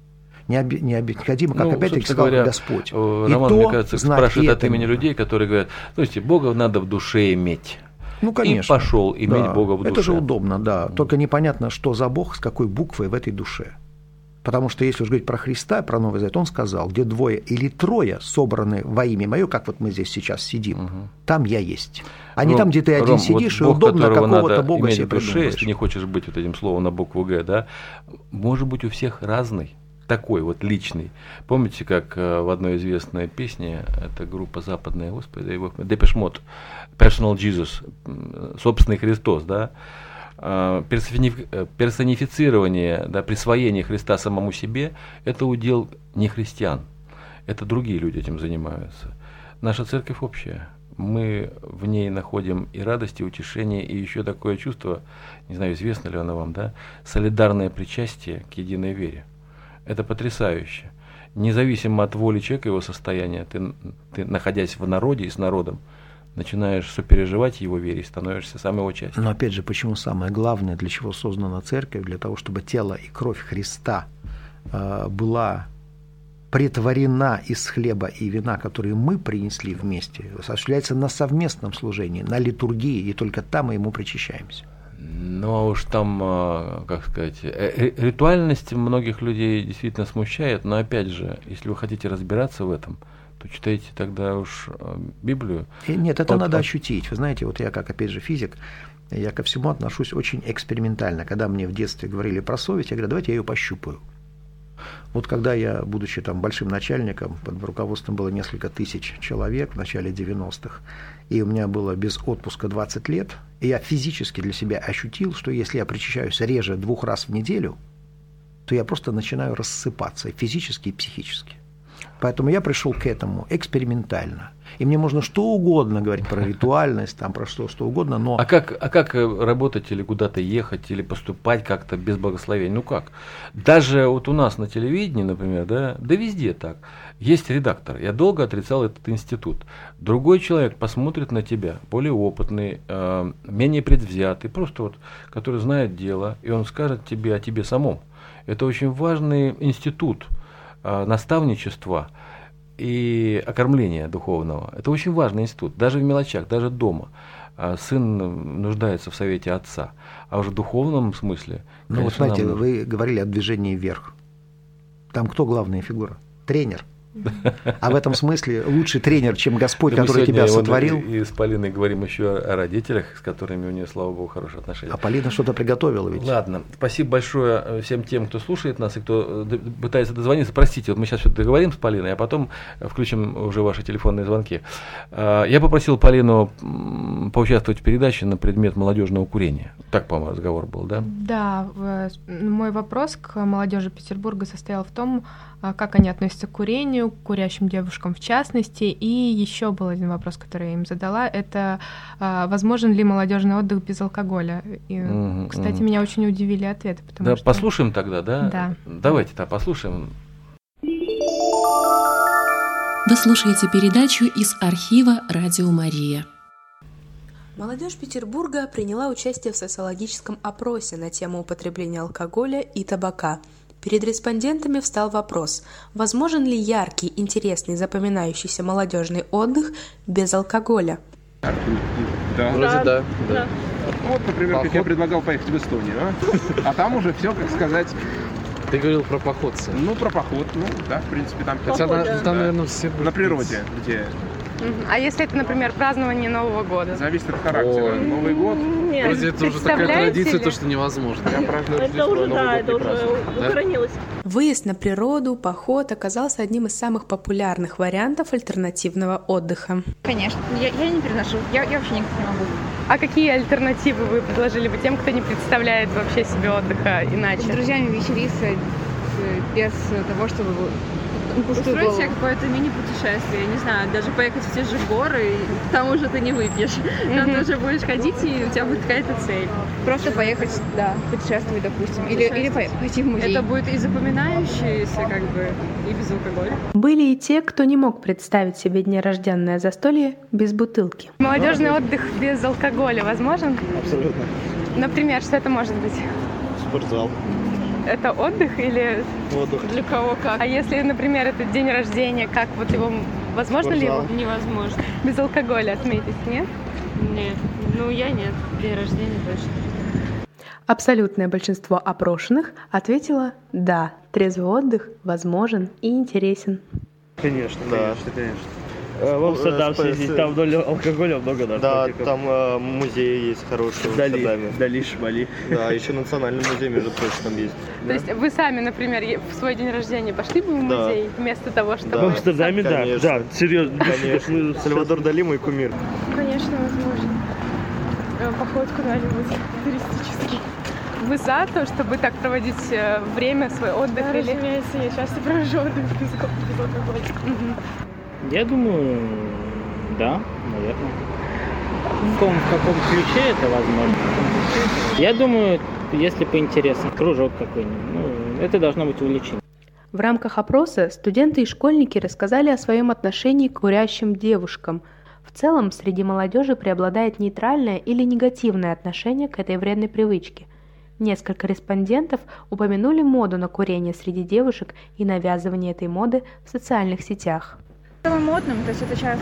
Speaker 5: Необходимо, как ну, опять-таки сказал
Speaker 1: говоря,
Speaker 5: Господь.
Speaker 1: Роман, мне кажется, спрашивает от имени людей, которые говорят, то есть Бога надо в душе иметь.
Speaker 5: Ну, конечно.
Speaker 1: И пошел иметь
Speaker 5: да,
Speaker 1: Бога в душе.
Speaker 5: Это же удобно, да. Только непонятно, что за Бог, с какой буквой в этой душе. Потому что если уж говорить про Христа, про Новый Завет, Он сказал, где двое или трое собраны во имя Мое, как вот мы здесь сейчас сидим, угу. там я есть. А не там, где ты один
Speaker 1: Ром,
Speaker 5: сидишь,
Speaker 1: вот
Speaker 5: и удобно какого-то
Speaker 1: надо
Speaker 5: Бога
Speaker 1: иметь
Speaker 5: себе
Speaker 1: в душе,
Speaker 5: придумываешь.
Speaker 1: Если не хочешь быть вот этим словом на букву Г, да, может быть у всех разный. Такой вот личный. Помните, как в одной известной песне, это группа западная, господи, Депеш Мод, Personal Jesus, собственный Христос, да, персонифицирование, да, присвоение Христа самому себе, это удел не христиан, это другие люди этим занимаются. Наша церковь общая. Мы в ней находим и радость, и утешение, и еще такое чувство, не знаю, известно ли оно вам, да, солидарное причастие к единой вере. Это потрясающе. Независимо от воли человека, его состояния, ты, ты, находясь в народе и с народом, начинаешь сопереживать его вере и становишься сам его частью.
Speaker 5: Но опять же, почему самое главное, для чего создана церковь? Для того, чтобы тело и кровь Христа э, была претворена из хлеба и вина, которые мы принесли вместе, осуществляется на совместном служении, на литургии, и только там мы ему причащаемся.
Speaker 1: Ну, а уж там, как сказать, ритуальность многих людей действительно смущает, но опять же, если вы хотите разбираться в этом, то читайте тогда уж Библию.
Speaker 5: И нет, это
Speaker 1: от,
Speaker 5: надо
Speaker 1: от...
Speaker 5: ощутить. Вы знаете, вот я, как опять же физик, я ко всему отношусь очень экспериментально. Когда мне в детстве говорили про совесть, я говорю, давайте я ее пощупаю. Вот когда я, будучи там большим начальником, под руководством было несколько тысяч человек в начале девяностых, и у меня было без отпуска двадцать лет, и я физически для себя ощутил, что если я причащаюсь реже двух раз в неделю, то я просто начинаю рассыпаться и физически, и психически. Поэтому я пришел к этому экспериментально. И мне можно что угодно говорить про ритуальность, там, про что, что угодно, но...
Speaker 1: А как, а как работать или куда-то ехать, или поступать как-то без благословения? Ну как? Даже вот у нас на телевидении, например, да, да везде так. Есть редактор. Я долго отрицал этот институт. Другой человек посмотрит на тебя, более опытный, э, менее предвзятый, просто вот, который знает дело, и он скажет тебе о тебе самом. Это очень важный институт э, наставничества и окормления духовного. Это очень важный институт, даже в мелочах, даже дома. Сын нуждается в совете отца, а уже в духовном смысле...
Speaker 5: Ну вот знаете, нам... вы говорили о движении вверх. Там кто главная фигура? Тренер. А в этом смысле лучший тренер, чем Господь, да, который тебя сотворил.
Speaker 1: И с Полиной говорим еще о родителях, с которыми у нее, слава Богу, хорошие отношения.
Speaker 5: А Полина что-то приготовила ведь.
Speaker 1: Ладно, спасибо большое всем тем, кто слушает нас и кто пытается дозвониться. Простите, вот мы сейчас что-то договорим с Полиной, а потом включим уже ваши телефонные звонки. Я попросил Полину поучаствовать в передаче на предмет молодежного курения. Так, по-моему, разговор был, да?
Speaker 6: Да, мой вопрос к молодежи Петербурга состоял в том, как они относятся к курению, к курящим девушкам в частности. И еще был один вопрос, который я им задала, это возможен ли молодежный отдых без алкоголя? И, mm-hmm. кстати, mm-hmm. меня очень удивили ответы. Потому
Speaker 1: да,
Speaker 6: что...
Speaker 1: послушаем тогда, да?
Speaker 6: Да.
Speaker 1: Давайте-то послушаем.
Speaker 4: Вы слушаете передачу из архива «Радио Мария».
Speaker 8: Молодежь Петербурга приняла участие в социологическом опросе на тему употребления алкоголя и табака. Перед респондентами встал вопрос, возможен ли яркий, интересный, запоминающийся молодежный отдых без алкоголя?
Speaker 9: Да.
Speaker 10: Вроде да. да. да.
Speaker 9: Вот, например, поход. Как я предлагал поехать в Эстонию, а? А там уже все, как сказать...
Speaker 10: Ты говорил про походцы.
Speaker 9: Ну, про поход, ну, да, в принципе, там...
Speaker 10: Хотя
Speaker 9: поход,
Speaker 10: там,
Speaker 9: да.
Speaker 10: наверное, все...
Speaker 9: На природе, где...
Speaker 6: А если это, например, празднование Нового года?
Speaker 9: Зависит от характера. О, Новый год...
Speaker 10: Нет. Вроде это уже такая традиция, то, что невозможно.
Speaker 9: Я праздную
Speaker 11: это уже, да, это уже укоренилось.
Speaker 8: Выезд на природу, поход оказался одним из самых популярных вариантов альтернативного отдыха.
Speaker 11: Конечно. Я, я не переношу. Я, я вообще никак не могу.
Speaker 6: А какие альтернативы вы предложили бы тем, кто не представляет вообще себе отдыха иначе?
Speaker 11: С друзьями веселиться без того, чтобы...
Speaker 12: Устроить себе какое-то мини-путешествие, не знаю, даже поехать в те же горы, там уже ты не выпьешь. Mm-hmm. Там ты уже будешь ходить, и у тебя будет какая-то цель.
Speaker 11: Просто поехать, да, путешествовать, допустим, или, или пойти в музей.
Speaker 12: Это будет и запоминающееся, как бы, и без алкоголя.
Speaker 8: Были и те, кто не мог представить себе днерожденное застолье без бутылки.
Speaker 6: Молодежный отдых без алкоголя возможен?
Speaker 13: Абсолютно.
Speaker 6: Например, что это может быть?
Speaker 13: Спортзал.
Speaker 6: Это отдых или
Speaker 13: отдых?
Speaker 6: Для кого как? А если, например, это день рождения, как вот его возможно
Speaker 12: Спортзал.
Speaker 6: ли его
Speaker 12: невозможно
Speaker 6: без алкоголя отметить, нет?
Speaker 12: Нет, ну я нет, день рождения точно.
Speaker 8: Абсолютное большинство опрошенных ответило «да», трезвый отдых возможен и интересен.
Speaker 13: Конечно, да. конечно, конечно.
Speaker 14: В Амстердам съездить, там вдоль алкоголя много наркотиков.
Speaker 13: Да, там э, музей есть хороший в
Speaker 14: Дали,
Speaker 13: Амстердаме.
Speaker 14: Дали, Шмали.
Speaker 13: Да, еще национальный музей, между прочим, там есть.
Speaker 6: То
Speaker 13: да?
Speaker 6: есть вы сами, например, в свой день рождения пошли бы в музей, да. вместо того, чтобы...
Speaker 14: Да. В Амстердаме, да, да, серьезно.
Speaker 13: Конечно, Сальвадор Дали мой кумир.
Speaker 6: Конечно, возможно. Поход куда-нибудь туристический. Вы за то, чтобы так проводить время, свой отдых?
Speaker 12: Да, или... разумеется, я часто провожу отдых без, без алкоголя.
Speaker 14: Угу. Я думаю, да, наверное. В каком, в каком ключе это возможно? Я думаю, если по интересам, кружок какой-нибудь, ну, это должно быть увлечение.
Speaker 8: В рамках опроса студенты и школьники рассказали о своем отношении к курящим девушкам. В целом, среди молодежи преобладает нейтральное или негативное отношение к этой вредной привычке. Несколько респондентов упомянули моду на курение среди девушек и навязывание этой моды в социальных сетях.
Speaker 11: Самым модным, то есть это сейчас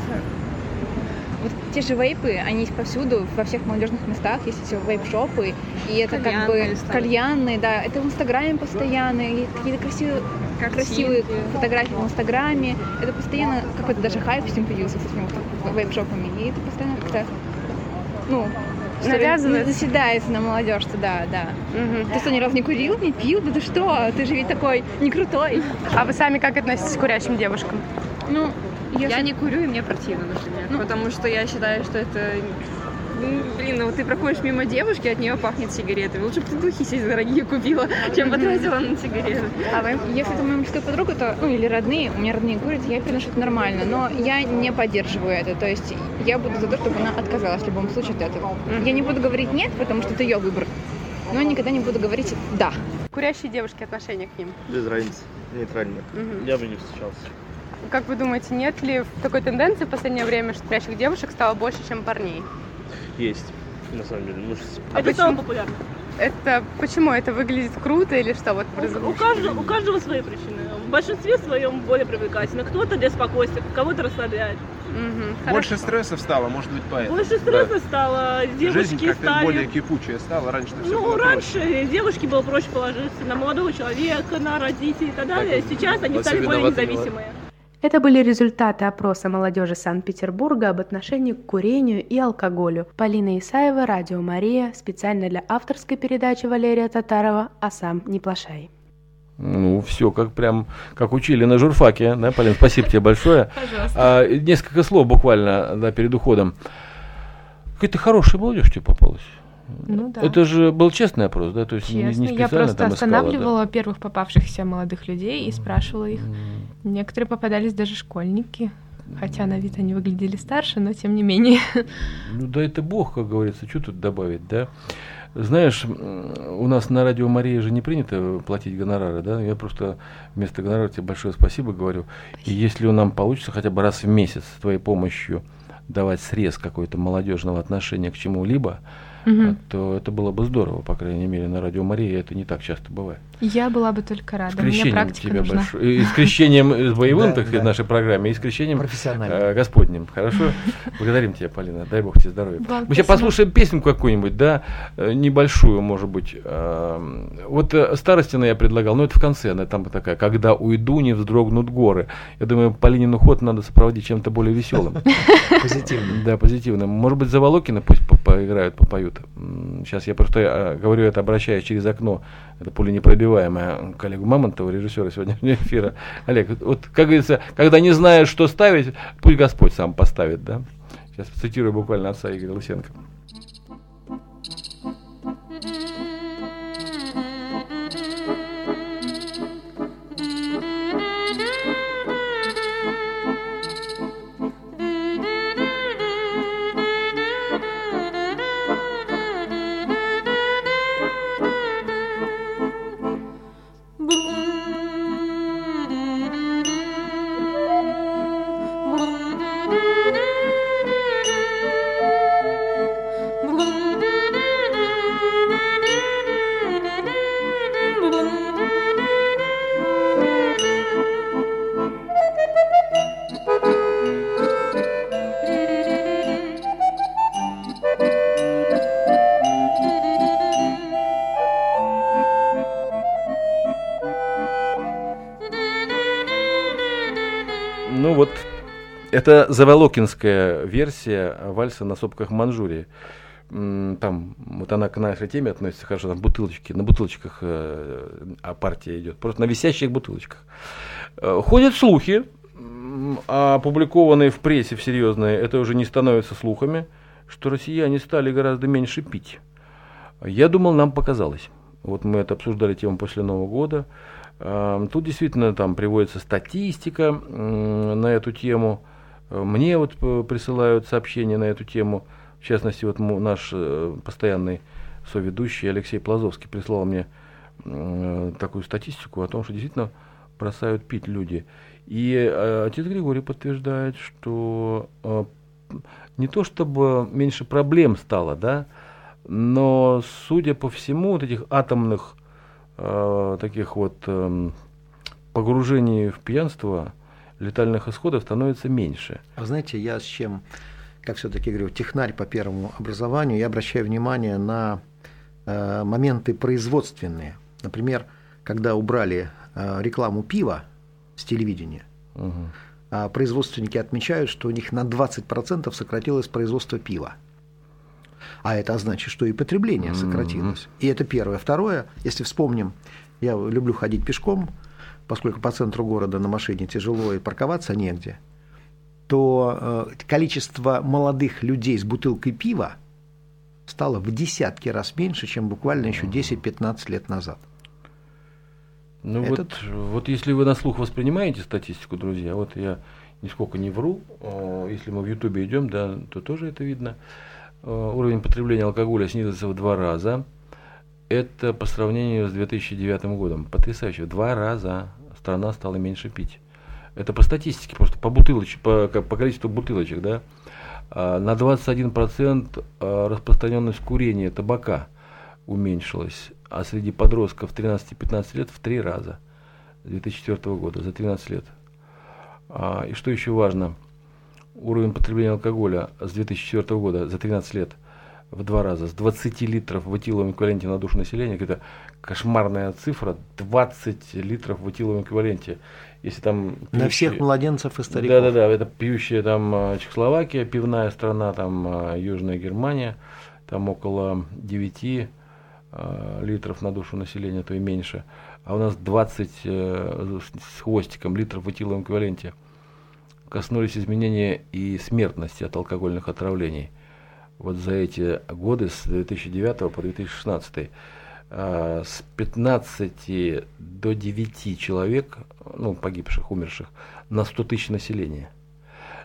Speaker 11: вот те же вейпы, они есть повсюду, во всех молодежных местах есть эти вейп-шопы, и это кальянные, как бы стали. кальянные, да, это в Инстаграме постоянно, какие-то красивые, красивые фотографии в Инстаграме, это постоянно какой-то даже хайп с ним появился с этими вот вейп-шопами, и это постоянно как-то, ну,
Speaker 6: навязывается,
Speaker 11: заседается на молодежь, да, да. Угу. Ты что, ни разу не курил, не пил? Да ты что? Ты же ведь такой не крутой.
Speaker 6: А вы сами как относитесь к курящим девушкам?
Speaker 12: Ну, если... я не курю, и мне противно, например. Ну, потому что я считаю, что это... Блин, ну ты проходишь мимо девушки, от нее пахнет сигаретами. Лучше бы ты духи себе дорогие купила, чем потратила на сигареты.
Speaker 11: А вы? Если это моя близкая подруга, то, ну, или родные, у меня родные курят, я переношу это нормально, но я не поддерживаю это. То есть я буду за то, чтобы она отказалась в любом случае от этого. Mm-hmm. Я не буду говорить нет, потому что это ее выбор, но никогда не буду говорить да.
Speaker 6: Курящие девушки, отношение к ним?
Speaker 13: Без разницы, нейтрально.
Speaker 6: Mm-hmm.
Speaker 14: Я бы не встречался.
Speaker 6: Как вы думаете, нет ли такой тенденции в последнее время, что курящих девушек стало больше, чем парней?
Speaker 14: Есть, на самом деле. Ну,
Speaker 12: а это стало популярно.
Speaker 6: Это почему? Это выглядит круто или что? Вот
Speaker 12: у, у, каждого, у каждого свои причины. В большинстве своем более привлекательно. Кто-то для спокойствия, кого-то расслабляет.
Speaker 9: Угу, больше стрессов стало, может быть, поэтому.
Speaker 12: Больше стрессов да. стало. Девушки
Speaker 9: Жизнь как-то
Speaker 12: стали...
Speaker 9: более кипучая стала. Раньше все
Speaker 12: Ну,
Speaker 9: было
Speaker 12: раньше
Speaker 9: проще.
Speaker 12: девушке было проще положиться на молодого человека, на родителей и так далее. Так, сейчас они стали более независимые.
Speaker 8: Это были результаты опроса молодежи Санкт-Петербурга об отношении к курению и алкоголю. Полина Исаева, Радио Мария, специально для авторской передачи Валерия Татарова «А сам не плашай».
Speaker 3: Ну, все, как прям, как учили на журфаке, да, Полин, спасибо тебе большое.
Speaker 6: Пожалуйста.
Speaker 3: А, несколько слов буквально, да, перед уходом. Какая-то хорошая молодежь тебе попалась.
Speaker 6: Ну да.
Speaker 3: Это же был честный опрос, да? То есть
Speaker 6: Честно.
Speaker 3: не, не специально
Speaker 6: Я просто
Speaker 3: там
Speaker 6: останавливала
Speaker 3: искала, да?
Speaker 6: первых попавшихся молодых людей и спрашивала их.
Speaker 3: Mm-hmm.
Speaker 6: Некоторые попадались даже школьники. Хотя на вид они выглядели старше, но тем не менее.
Speaker 3: Ну да это Бог, как говорится, что тут добавить, да? Знаешь, у нас на радио Мария же не принято платить гонорары, да? Я просто вместо гонорара тебе большое спасибо говорю. И если у нам получится хотя бы раз в месяц с твоей помощью давать срез какой-то молодежного отношения к чему-либо, угу. то это было бы здорово, по крайней мере, на радио Мария это не так часто бывает.
Speaker 6: Я была бы только рада.
Speaker 3: С крещением
Speaker 6: Мне практика
Speaker 3: тебя
Speaker 6: нужна.
Speaker 3: большое. И с крещением боевым, так сказать, в нашей программе, и с крещением э, Господним. Хорошо? Благодарим тебя, Полина. Дай Бог тебе здоровья.
Speaker 6: Вам
Speaker 3: Мы сейчас послушаем песенку какую-нибудь, да, небольшую, может быть. Вот Старостина я предлагал, но это в конце, она там такая: «Когда уйду, не вздрогнут горы». Я думаю, Полинин уход надо сопроводить чем-то более веселым.
Speaker 5: Позитивным.
Speaker 3: Да, позитивным. Может быть, Заволокина пусть поиграют, попоют. Сейчас я просто говорю это, обращаясь через окно. Это пуленепробиваемая коллегу Мамонтова, режиссера сегодняшнего эфира. Олег, вот, как говорится, когда не знаешь, что ставить, пусть Господь сам поставит, да? Сейчас цитирую буквально отца Игоря Лысенко. Ну вот, это заволокинская версия вальса на сопках Манчжурии. Там, вот она к нашей теме относится хорошо, там бутылочки, на бутылочках э, а партия идет, просто на висящих бутылочках. Э, ходят слухи, а опубликованные в прессе в серьезные, это уже не становится слухами, что россияне стали гораздо меньше пить. Я думал, нам показалось. Вот мы это обсуждали тему после Нового года. Тут действительно там приводится статистика на эту тему. Мне вот присылают сообщения на эту тему. В частности, вот наш постоянный соведущий Алексей Плазовский прислал мне такую статистику о том, что действительно бросают пить люди. И отец Григорий подтверждает, что не то чтобы меньше проблем стало, да, но, судя по всему, вот этих атомных э, таких вот э, погружений в пьянство, летальных исходов становится меньше.
Speaker 5: А знаете, я с чем, как все-таки говорю, технарь по первому образованию, я обращаю внимание на э, моменты производственные. Например, когда убрали э, рекламу пива с телевидения, угу. э, производственники отмечают, что у них на двадцать процентов сократилось производство пива. А это значит, что и потребление сократилось. Mm-hmm. И это первое. Второе, если вспомним, я люблю ходить пешком, поскольку по центру города на машине тяжело и парковаться негде, то э, количество молодых людей с бутылкой пива стало в десятки раз меньше, чем буквально еще десять-пятнадцать лет назад.
Speaker 3: Ну Этот... вот, вот если вы на слух воспринимаете статистику, друзья, вот я нисколько не вру, если мы в Ютубе идем, да, то тоже это видно. Уровень потребления алкоголя снизился в два раза. Это по сравнению с две тысячи девятым годом. Потрясающе. В два раза страна стала меньше пить. Это по статистике, просто по, бутылоч, по, по количеству бутылочек. Да? На двадцать один процент распространенность курения табака уменьшилась. А среди подростков тринадцати-пятнадцати лет в три раза. С две тысячи четвёртого года, за тринадцать лет. И что еще важно? Уровень потребления алкоголя с две тысячи четвёртого года за тринадцать лет в два раза, с двадцати литров в этиловом эквиваленте на душу населения, это кошмарная цифра, двадцать литров в этиловом эквиваленте. Если там
Speaker 5: пьющие, на всех младенцев и стариков.
Speaker 3: Да-да-да, это пьющая там Чехословакия, пивная страна, там Южная Германия, там около девяти э, литров на душу населения, то и меньше. А у нас двадцать э, с хвостиком литров в этиловом эквиваленте. Коснулись изменения и смертности от алкогольных отравлений. Вот за эти годы, с две тысячи девятого по две тысячи шестнадцатый, э, с пятнадцати до девяти человек, ну, погибших, умерших, на сто тысяч населения.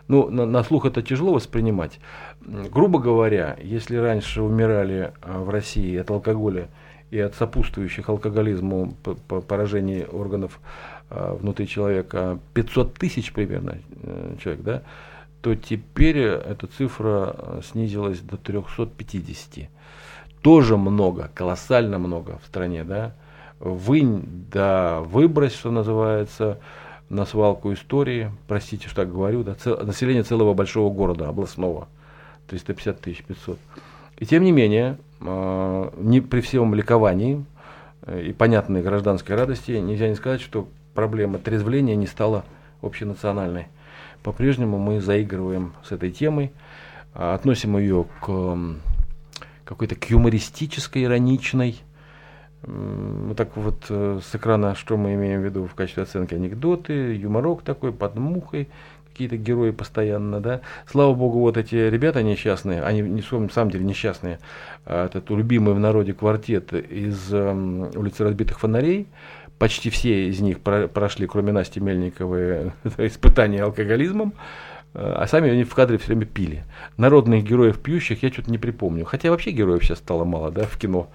Speaker 3: Ну, на, на слух это тяжело воспринимать. Грубо говоря, если раньше умирали в России от алкоголя и от сопутствующих алкоголизму поражений органов внутри человека пятьсот тысяч примерно человек, да, то теперь эта цифра снизилась до триста пятьдесят. Тоже много, колоссально много в стране, да. Вынь да выбрось, что называется, на свалку истории, простите, что так говорю, да, цел, население целого большого города, областного, триста пятьдесят тысяч пятьсот. И тем не менее, э, не при всем ликовании и понятной гражданской радости нельзя не сказать, что проблема трезвления не стала общенациональной. По-прежнему мы заигрываем с этой темой, э, относим ее к э, какой-то к юмористической, ироничной. Вот так вот с экрана, что мы имеем в виду в качестве оценки: анекдоты, юморок такой, под мухой, какие-то герои постоянно, да. Слава богу, вот эти ребята несчастные, они на самом деле несчастные, этот любимый в народе квартет из улицы Разбитых Фонарей, почти все из них прошли, кроме Насти Мельниковой, испытания алкоголизмом, а сами они в кадре все время пили. Народных героев пьющих я что-то не припомню, хотя вообще героев сейчас стало мало, да, в кино.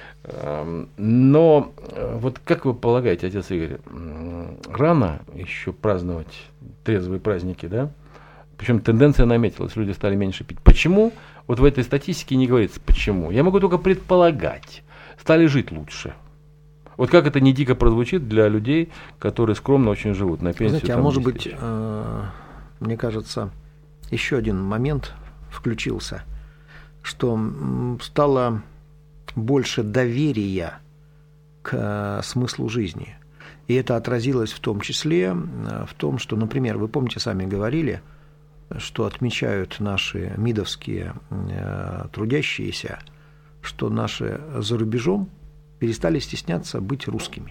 Speaker 3: Но вот как вы полагаете, отец Игорь, рано еще праздновать трезвые праздники, да? Причем тенденция наметилась, люди стали меньше пить. Почему? Вот в этой статистике не говорится почему. Я могу только предполагать. Стали жить лучше. Вот как это не дико прозвучит для людей, которые скромно очень живут на пенсию.
Speaker 5: Знаете, а может быть, э, мне кажется, еще один момент включился, что стало больше доверия к э, смыслу жизни. И это отразилось в том числе э, в том, что, например, вы помните, сами говорили, что отмечают наши мидовские э, трудящиеся, что наши за рубежом перестали стесняться быть русскими.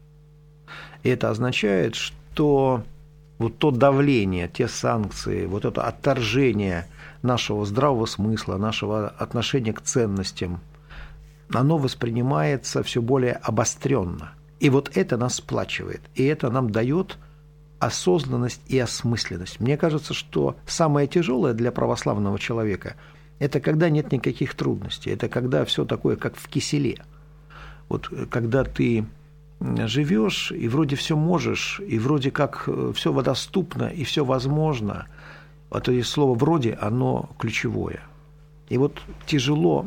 Speaker 5: И это означает, что вот то давление, те санкции, вот это отторжение нашего здравого смысла, нашего отношения к ценностям, оно воспринимается все более обостренно. И вот это нас сплачивает, и это нам дает осознанность и осмысленность. Мне кажется, что самое тяжелое для православного человека – это когда нет никаких трудностей, это когда все такое, как в киселе. Вот когда ты живешь и вроде все можешь, и вроде как все доступно, и все возможно, вот это слово «вроде», оно ключевое. И вот тяжело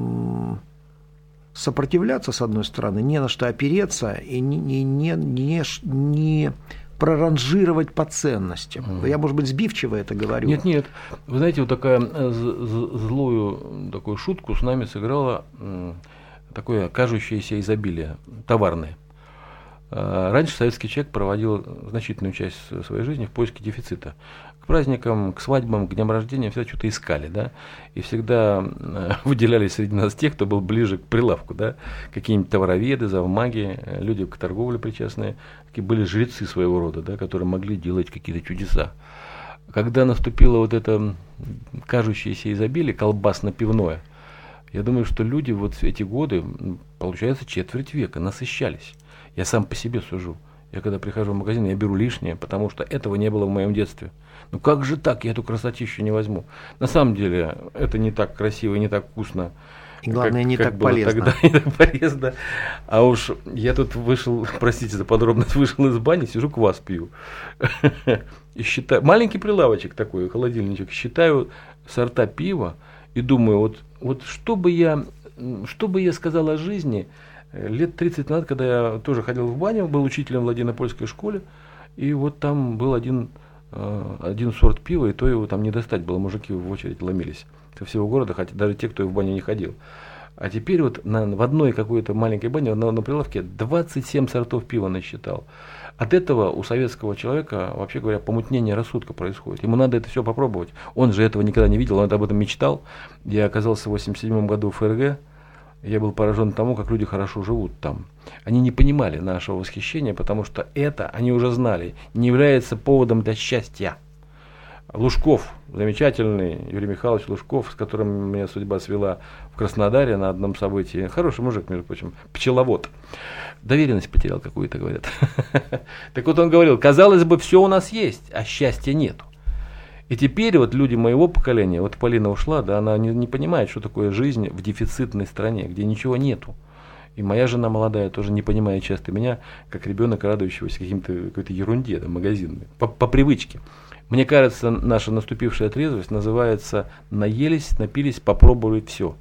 Speaker 5: сопротивляться, с одной стороны, не на что опереться и не, не, не, не, не проранжировать по ценностям. Mm. Я, может быть, сбивчиво это говорю.
Speaker 3: Нет, нет. Вы знаете, вот такая злую такую шутку с нами сыграло такое кажущееся изобилие, товарное. Раньше советский человек проводил значительную часть своей жизни в поиске дефицита. К праздникам, к свадьбам, к дням рождения всегда что-то искали, да, и всегда выделялись среди нас те, кто был ближе к прилавку, да, какие-нибудь товароведы, завмаги, люди к торговле причастные, такие были жрецы своего рода, да, которые могли делать какие-то чудеса. Когда наступило вот это кажущееся изобилие, колбасно-пивное, я думаю, что люди вот в эти годы, получается, четверть века насыщались. Я сам по себе сужу. Я когда прихожу в магазин, я беру лишнее, потому что этого не было в моем детстве. Ну как же так, я эту красотищу не возьму. На самом деле, это не так красиво и не так вкусно.
Speaker 5: И главное,
Speaker 3: как,
Speaker 5: не,
Speaker 3: как
Speaker 5: так полезно.
Speaker 3: Тогда, не так полезно. А уж я тут вышел, простите за подробность, вышел из бани, сижу, квас пью. И считаю, маленький прилавочек такой, холодильничек, считаю сорта пива и думаю, вот, вот что бы я, что бы я сказал о жизни лет тридцать назад, когда я тоже ходил в баню, был учителем в Ладинопольской школе, и вот там был один, один сорт пива, и то его там не достать было, мужики в очередь ломились со всего города, хотя даже те, кто в баню не ходил. А теперь вот на, в одной какой-то маленькой бане, на, на прилавке двадцать семь сортов пива насчитал. От этого у советского человека, вообще говоря, помутнение рассудка происходит. Ему надо это все попробовать. Он же этого никогда не видел, он об этом мечтал. Я оказался в восемьдесят седьмом году в ФРГ. Я был поражен тому, как люди хорошо живут там. Они не понимали нашего восхищения, потому что это, они уже знали, не является поводом для счастья. Лужков, замечательный Юрий Михайлович Лужков, с которым меня судьба свела в Краснодаре на одном событии. Хороший мужик, между прочим, пчеловод. Доверенность потерял какую-то, говорят. Так вот он говорил, казалось бы, все у нас есть, а счастья нету. И теперь вот люди моего поколения, вот Полина ушла, да, она не, не понимает, что такое жизнь в дефицитной стране, где ничего нету. И моя жена молодая тоже не понимает часто меня, как ребенок, радующегося каким-то, какой-то ерунде, да, магазинной, по, по привычке. Мне кажется, наша наступившая трезвость называется «наелись, напились, попробовали все».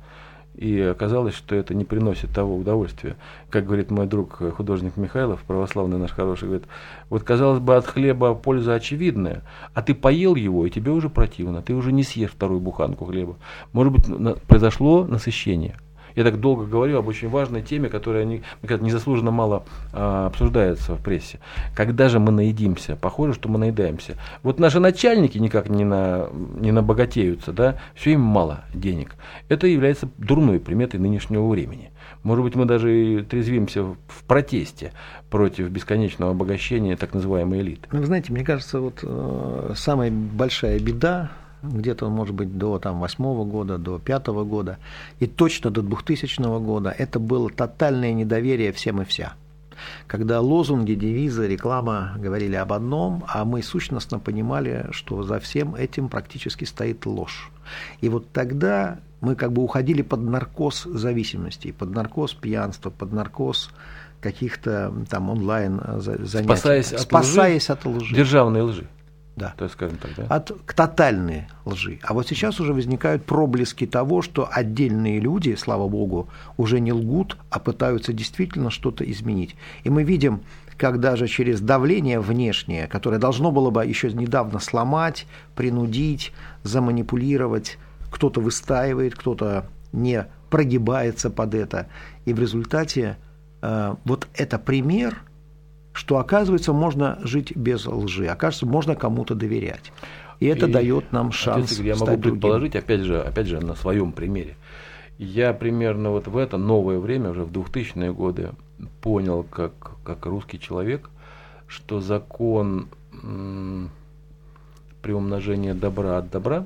Speaker 3: И оказалось, что это не приносит того удовольствия. Как говорит мой друг, художник Михайлов, православный наш хороший, говорит, вот казалось бы от хлеба польза очевидная, а ты поел его, и тебе уже противно, ты уже не съешь вторую буханку хлеба. Может быть, на, произошло насыщение. Я так долго говорю об очень важной теме, которая не, незаслуженно мало а, обсуждается в прессе. Когда же мы наедимся? Похоже, что мы наедаемся. Вот наши начальники никак не, на, не набогатеются, да? Все им мало денег. Это является дурной приметой нынешнего времени. Может быть, мы даже и трезвимся в, в протесте против бесконечного обогащения так называемой элиты.
Speaker 5: Ну, вы знаете, мне кажется, вот э, самая большая беда, где-то, может быть, до там, восьмого года, до пятого года и точно до двухтысячного года, это было тотальное недоверие всем и вся. Когда лозунги, девизы, реклама говорили об одном, а мы сущностно понимали, что за всем этим практически стоит ложь. И вот тогда мы как бы уходили под наркоз зависимостей, под наркоз пьянства, под наркоз каких-то там онлайн занятий.
Speaker 3: Спасаясь от
Speaker 5: Спасаясь
Speaker 3: лжи,
Speaker 5: от лжи.
Speaker 3: Державной лжи.
Speaker 5: Да.
Speaker 3: То есть, скажем так, да?
Speaker 5: От, к тотальной лжи. А вот сейчас уже возникают проблески того, что отдельные люди, слава богу, уже не лгут, а пытаются действительно что-то изменить. И мы видим, как даже через давление внешнее, которое должно было бы еще недавно сломать, принудить, заманипулировать, кто-то выстаивает, кто-то не прогибается под это. И в результате э, вот это пример, что, оказывается, можно жить без лжи, оказывается, можно кому-то доверять. И это и, дает нам шанс
Speaker 3: отец, я
Speaker 5: стать
Speaker 3: могу
Speaker 5: другим.
Speaker 3: предположить, опять же, опять же, на своем примере. Я примерно вот в это новое время, уже в двухтысячные годы, понял, как, как русский человек, что закон м, приумножения добра от добра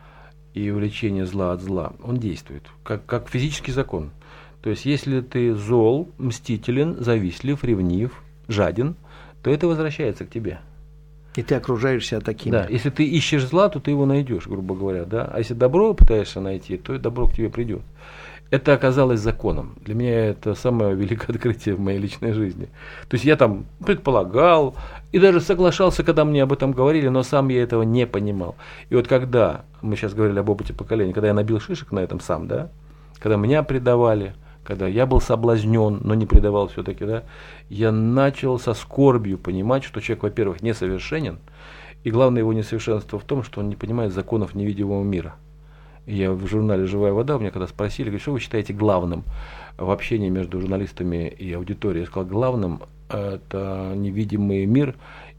Speaker 3: и увеличения зла от зла, он действует, как, как физический закон. То есть, если ты зол, мстителен, завистлив, ревнив, жаден, то это возвращается к тебе.
Speaker 5: И ты окружаешься такими.
Speaker 3: Да, если ты ищешь зла, то ты его найдешь, грубо говоря, да. А если добро пытаешься найти, то добро к тебе придет. Это оказалось законом. Для меня это самое великое открытие в моей личной жизни. То есть я там предполагал и даже соглашался, когда мне об этом говорили, но сам я этого не понимал. И вот когда, мы сейчас говорили об опыте поколения, когда я набил шишек на этом сам, да, когда меня предавали, когда я был соблазнен, но не предавал все-таки, да, я начал со скорбью понимать, что человек, во-первых, несовершенен, и главное его несовершенство в том, что он не понимает законов невидимого мира. И я в журнале «Живая вода», у меня когда спросили, говорят, что вы считаете главным в общении между журналистами и аудиторией? Я сказал, главным это невидимый мир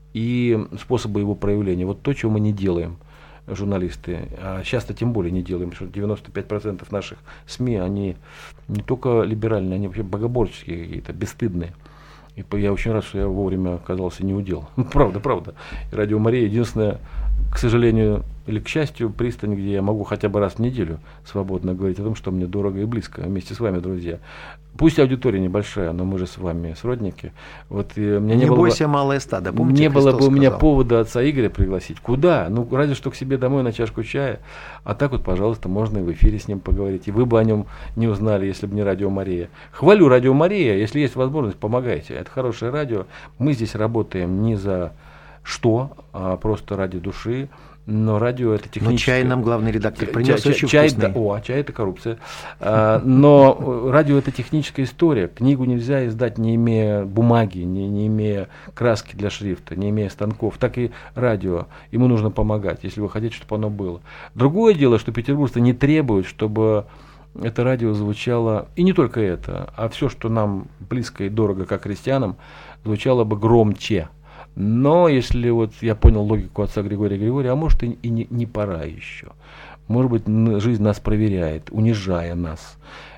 Speaker 3: и способы его проявления. Вот то, чего мы не делаем, журналисты, а часто тем более не делаем, потому что девяносто пять процентов наших СМИ, они не только либеральные, они вообще богоборческие какие-то, бесстыдные. И я очень рад, что я вовремя оказался не удел. Правда, правда. И Радио Мария единственное, к сожалению или к счастью, пристань, где я могу хотя бы раз в неделю свободно говорить о том, что мне дорого и близко, вместе с вами, друзья. Пусть аудитория небольшая, но мы же с вами сродники. Вот, и мне не,
Speaker 5: не
Speaker 3: было
Speaker 5: бойся,
Speaker 3: бы,
Speaker 5: малое стадо. Помните,
Speaker 3: не было бы у меня
Speaker 5: сказал?
Speaker 3: повода отца Игоря пригласить. Куда? Ну, разве что к себе домой на чашку чая. А так вот, пожалуйста, можно и в эфире с ним поговорить. И вы бы о нем не узнали, если бы не Радио Мария. Хвалю Радио Мария. Если есть возможность, помогайте. Это хорошее радио. Мы здесь работаем не за что, а просто ради души. Но радио это техническое.
Speaker 5: Но чай нам главный редактор принес
Speaker 3: чай,
Speaker 5: очень
Speaker 3: чай,
Speaker 5: вкусный.
Speaker 3: Да, о, чай это коррупция. А, но радио это техническая история. Книгу нельзя издать, не имея бумаги, не, не имея краски для шрифта, не имея станков. Так и радио. Ему нужно помогать, если вы хотите, чтобы оно было. Другое дело, что петербуржцы не требуют, чтобы это радио звучало, и не только это, а все, что нам близко и дорого, как христианам, звучало бы громче. Но если вот я понял логику отца Григория Григория, а может и, и не, не пора еще. Может быть, жизнь нас проверяет, унижая нас.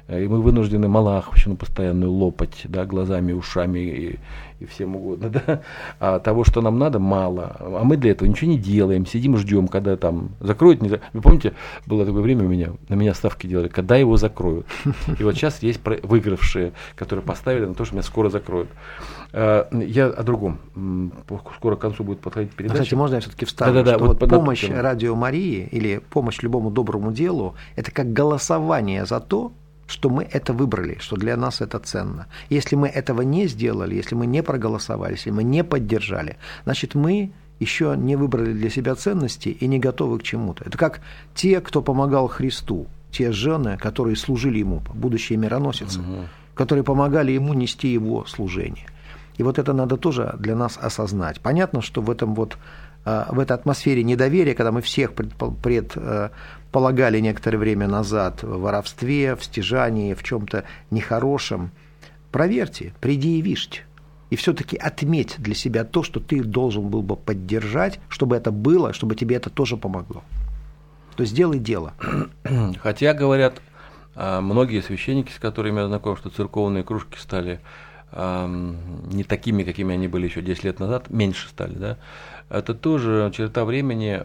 Speaker 3: И мы вынуждены малаховщину постоянную лопать, да, глазами, ушами и, и всем угодно, да. А того, что нам надо, мало. А мы для этого ничего не делаем, сидим и ждем, когда там закроют. Не... Вы помните, было такое время у меня, на меня ставки делали, когда его закроют. И вот сейчас есть выигравшие, которые поставили на то, что меня скоро закроют. Я о другом. Скоро к концу будет подходить передача.
Speaker 5: Кстати, можно я все-таки вставлю,
Speaker 3: да, да, да,
Speaker 5: что
Speaker 3: вот
Speaker 5: вот помощь Радио Марии или помощь любому доброму делу – это как голосование за то, что мы это выбрали, что для нас это ценно. Если мы этого не сделали, если мы не проголосовали, если мы не поддержали, значит, мы еще не выбрали для себя ценности и не готовы к чему-то. Это как те, кто помогал Христу, те жены, которые служили ему, будущие мироносицы, угу. которые помогали ему нести его служение. И вот это надо тоже для нас осознать. Понятно, что в этом вот в этой атмосфере недоверия, когда мы всех предполагали некоторое время назад в воровстве, в стяжании, в чем-то нехорошем, проверьте, приди и вишьте. И все-таки отметь для себя то, что ты должен был бы поддержать, чтобы это было, чтобы тебе это тоже помогло. То есть сделай дело.
Speaker 3: Хотя, говорят, многие священники, с которыми я знаком, что церковные кружки стали не такими, какими они были еще десять лет назад, меньше стали, да, это тоже черта времени.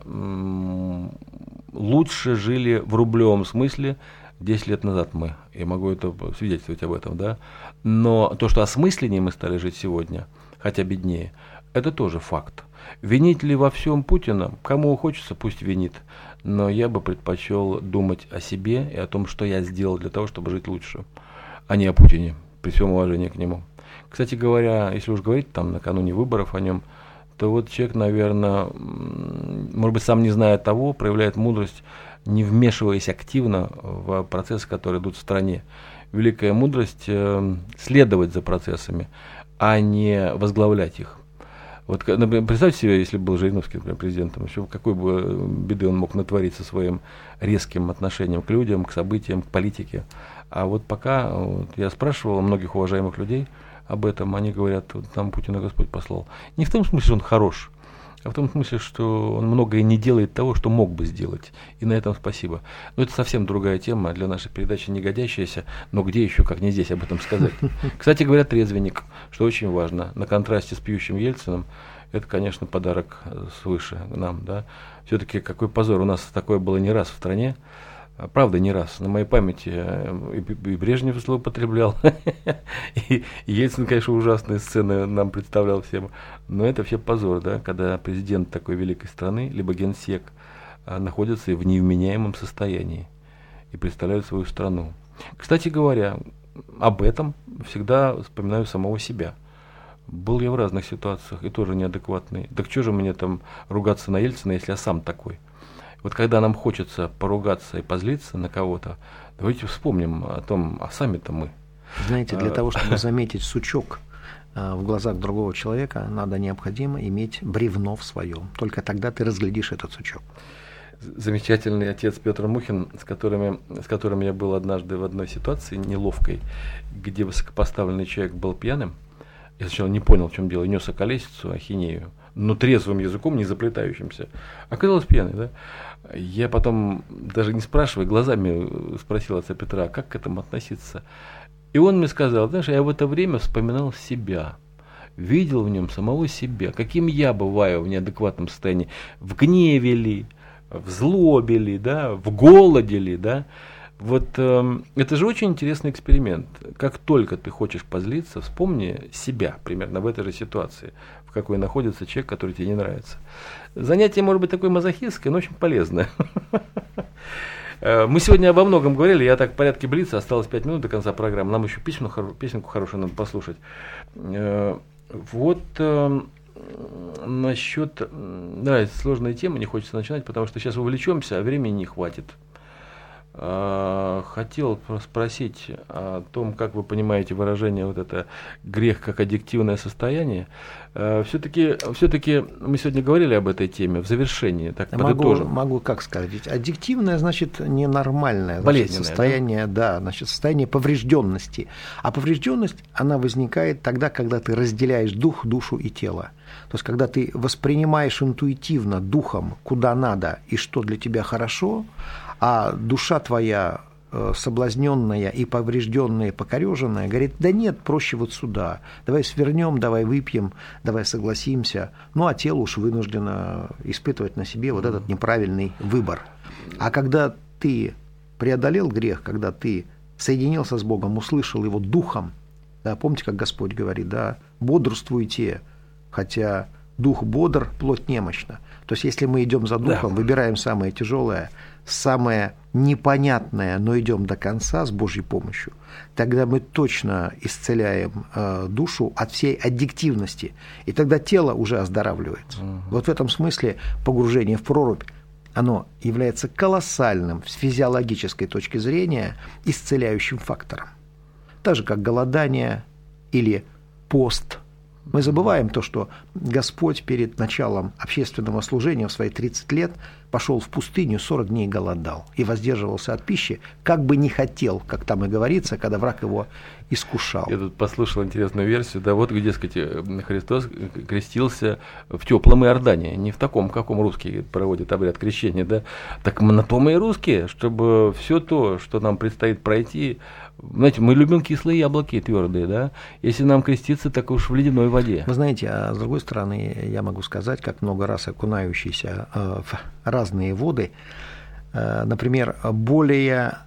Speaker 3: Лучше жили в рублевом смысле десять лет назад мы, я могу это свидетельствовать об этом, да, но то, что осмысленнее мы стали жить сегодня, хотя беднее, это тоже факт. Винить ли во всем Путина? Кому хочется, пусть винит, но я бы предпочел думать о себе и о том, что я сделал для того, чтобы жить лучше, а не о Путине, при всем уважении к нему. Кстати говоря, если уж говорить там накануне выборов о нем, то вот человек, наверное, может быть, сам не зная того, проявляет мудрость, не вмешиваясь активно в процессы, которые идут в стране. Великая мудрость следовать за процессами, а не возглавлять их. Вот, например, представьте себе, если был Жириновский, например, президентом, еще какой бы беды он мог натворить со своим резким отношением к людям, к событиям, к политике. А вот пока вот, я спрашивал многих уважаемых людей об этом, они говорят, вот, там Путина Господь послал. Не в том смысле, что он хорош, а в том смысле, что он многое не делает того, что мог бы сделать. И на этом спасибо. Но это совсем другая тема, для нашей передачи не годящаяся, но где еще, как не здесь, об этом сказать. Кстати говоря, трезвенник, что очень важно, на контрасте с пьющим Ельциным, это, конечно, подарок свыше нам. Да? Все-таки какой позор, у нас такое было не раз в стране. Правда, не раз. На моей памяти и Брежнев злоупотреблял, и Ельцин, конечно, ужасные сцены нам представлял всем. Но это вообще позор, да, когда президент такой великой страны, либо генсек, находится в невменяемом состоянии и представляют свою страну. Кстати говоря, об этом всегда вспоминаю самого себя. Был я в разных ситуациях и тоже неадекватный. Так что же мне там ругаться на Ельцина, если я сам такой? Вот когда нам хочется поругаться и позлиться на кого-то, давайте вспомним о том, а сами-то мы.
Speaker 5: Знаете, для того, чтобы заметить сучок в глазах другого человека, надо необходимо иметь бревно в своем. Только тогда ты разглядишь этот сучок.
Speaker 3: Замечательный отец Петр Мухин, с, которыми, с которым я был однажды в одной ситуации неловкой, где высокопоставленный человек был пьяным. Я сначала не понял, в чем дело, нес околесицу, ахинею, но трезвым языком, не заплетающимся. Оказалось, пьяный, да? Я потом, даже не спрашивая, глазами спросил отца Петра, как к этому относиться. И он мне сказал, знаешь, я в это время вспоминал себя, видел в нем самого себя, каким я бываю в неадекватном состоянии, в гневе ли, в злобе ли, да, в голоде ли, да. Вот э, это же очень интересный эксперимент. Как только ты хочешь позлиться, вспомни себя примерно в этой же ситуации, в какой находится человек, который тебе не нравится. Занятие может быть такое мазохистское, но очень полезное. Мы сегодня обо многом говорили, я так в порядке блица, осталось пять минут до конца программы, нам еще песенку, песенку хорошую надо послушать. Вот насчет, да, это сложная тема, не хочется начинать, потому что сейчас увлечемся, а времени не хватит. Хотел спросить о том, как вы понимаете выражение вот это грех как аддиктивное состояние. Все-таки, все-таки мы сегодня говорили об этой теме в завершении, так подытожим.
Speaker 5: Могу, могу как сказать, аддиктивное значит ненормальное, значит, состояние, да? Да, значит состояние поврежденности. А поврежденность, она возникает тогда, когда ты разделяешь дух, душу и тело. То есть, когда ты воспринимаешь интуитивно духом, куда надо и что для тебя хорошо, а душа твоя соблазненная и поврежденная, и покореженная, говорит, да нет, проще вот сюда, давай свернем, давай выпьем, давай согласимся. Ну, а тело уж вынуждено испытывать на себе вот этот неправильный выбор. А когда ты преодолел грех, когда ты соединился с Богом, услышал Его духом, да, помните, как Господь говорит, да, бодрствуйте, хотя дух бодр, плоть немощна. То есть, если мы идем за духом, да. выбираем самое тяжелое, самое непонятное, но идем до конца с Божьей помощью, тогда мы точно исцеляем э, душу от всей аддиктивности, и тогда тело уже оздоравливается. Угу. Вот в этом смысле погружение в прорубь, оно является колоссальным с физиологической точки зрения исцеляющим фактором. Так же, как голодание или пост. Мы забываем то, что Господь перед началом общественного служения в свои тридцать лет пошел в пустыню, сорок дней голодал и воздерживался от пищи, как бы не хотел, как там и говорится, когда враг его искушал.
Speaker 3: Я тут послушал интересную версию, да, вот где, сказать, Христос крестился в теплом Иордане, не в таком, каком русские проводят обряд крещения, да, так мы на то мы и русские, чтобы все то, что нам предстоит пройти. Знаете, мы любим кислые яблоки, твердые, да? Если нам креститься, так уж в ледяной воде.
Speaker 5: Вы знаете, а с другой стороны, я могу сказать, как много раз окунающийся в разные воды, например, более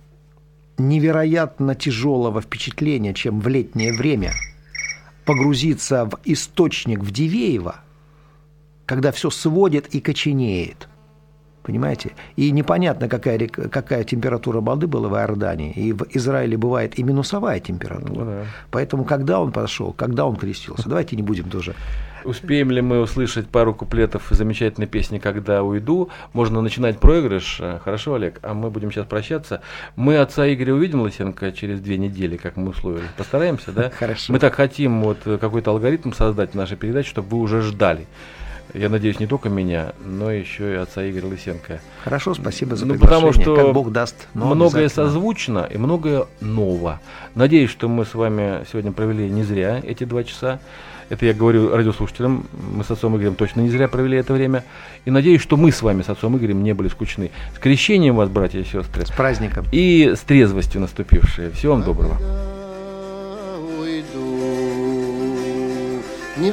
Speaker 5: невероятно тяжелого впечатления, чем в летнее время, погрузиться в источник в Дивеево, когда все сводит и коченеет. Понимаете? И непонятно, какая, какая температура воды была в Иордании. И в Израиле бывает и минусовая температура. Ну, да. Поэтому, когда он пошел, когда он крестился, давайте не будем тоже.
Speaker 3: Успеем ли мы услышать пару куплетов замечательной песни «Когда уйду»? Можно начинать проигрыш. Хорошо, Олег? А мы будем сейчас прощаться. Мы отца Игоря увидим Лысенко через две недели, как мы условились. Постараемся, да?
Speaker 5: Хорошо.
Speaker 3: Мы так хотим вот какой-то алгоритм создать в нашей передаче, чтобы вы уже ждали. Я надеюсь, не только меня, но еще и отца Игоря Лысенко.
Speaker 5: Хорошо, спасибо за
Speaker 3: ну,
Speaker 5: приглашение.
Speaker 3: Потому что
Speaker 5: как Бог даст,
Speaker 3: многое созвучно и многое ново. Надеюсь, что мы с вами сегодня провели не зря эти два часа. Это я говорю радиослушателям. Мы с отцом Игорем точно не зря провели это время. И надеюсь, что мы с вами, с отцом Игорем, не были скучны. С крещением вас, братья и сестры.
Speaker 5: С праздником.
Speaker 3: И с трезвостью наступившей. Всего вам доброго.
Speaker 15: Не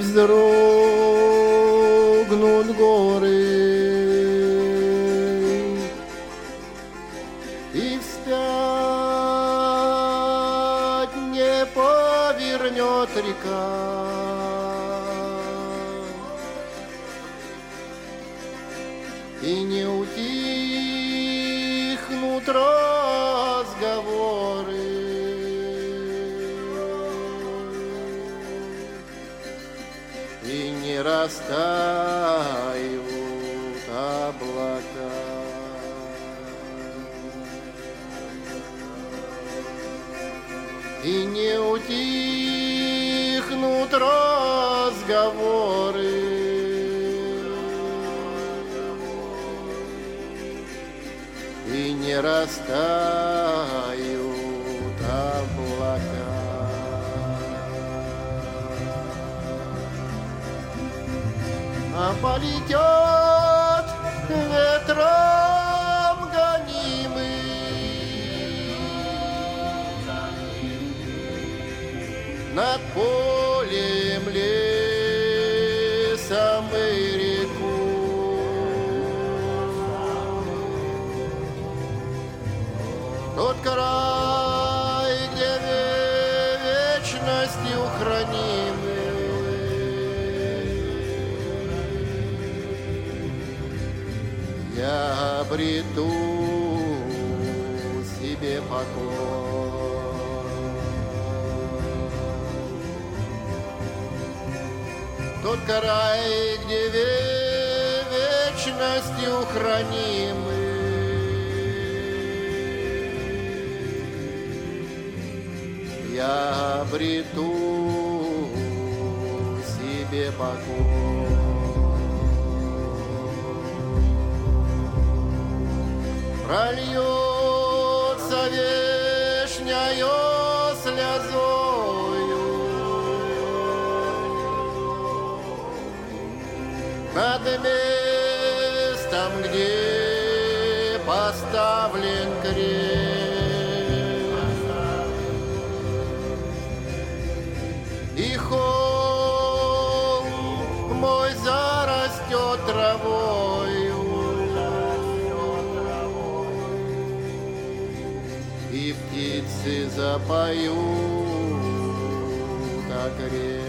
Speaker 15: вздрогнут горы, и вспять не повернет река. И не утихнут разговоры, и не растают облака. И не утихнут разговоры, и не растают облака. А полетят ветром гонимый над полем, лесом и реку. Тот край, где вечностью хранимый, я обрету себе покой. Тот край, где вечностью хранимый, я обрету себе покой. Прольется вешнею слезою над местом, где поставлен крест. травою, и птицы запоют окрест.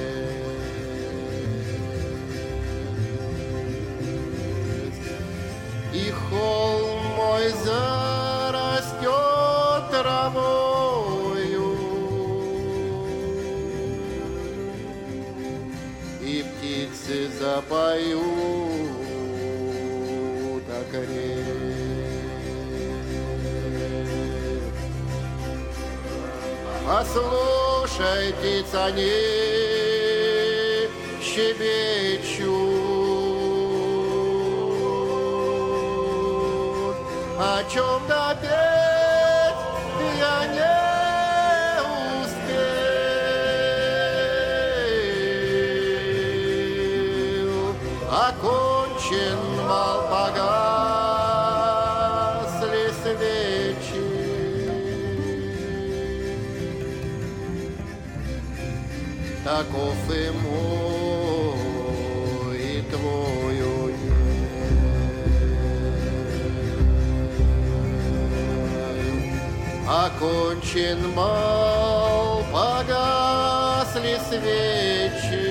Speaker 15: И холм мой зарастет травою, и птицы запоют окрест. Послушайтесь, они щебечут, о чем допеть я не успел. Окончен мал, погасли свечи, таков и мой, и твой удел. Окончен бал, погасли свечи,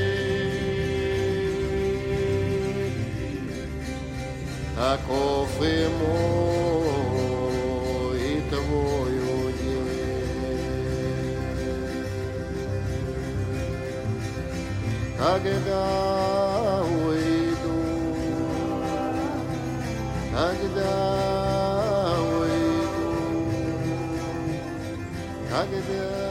Speaker 15: таков и мой, и твой удел. Когда уйду, когда уйду, когда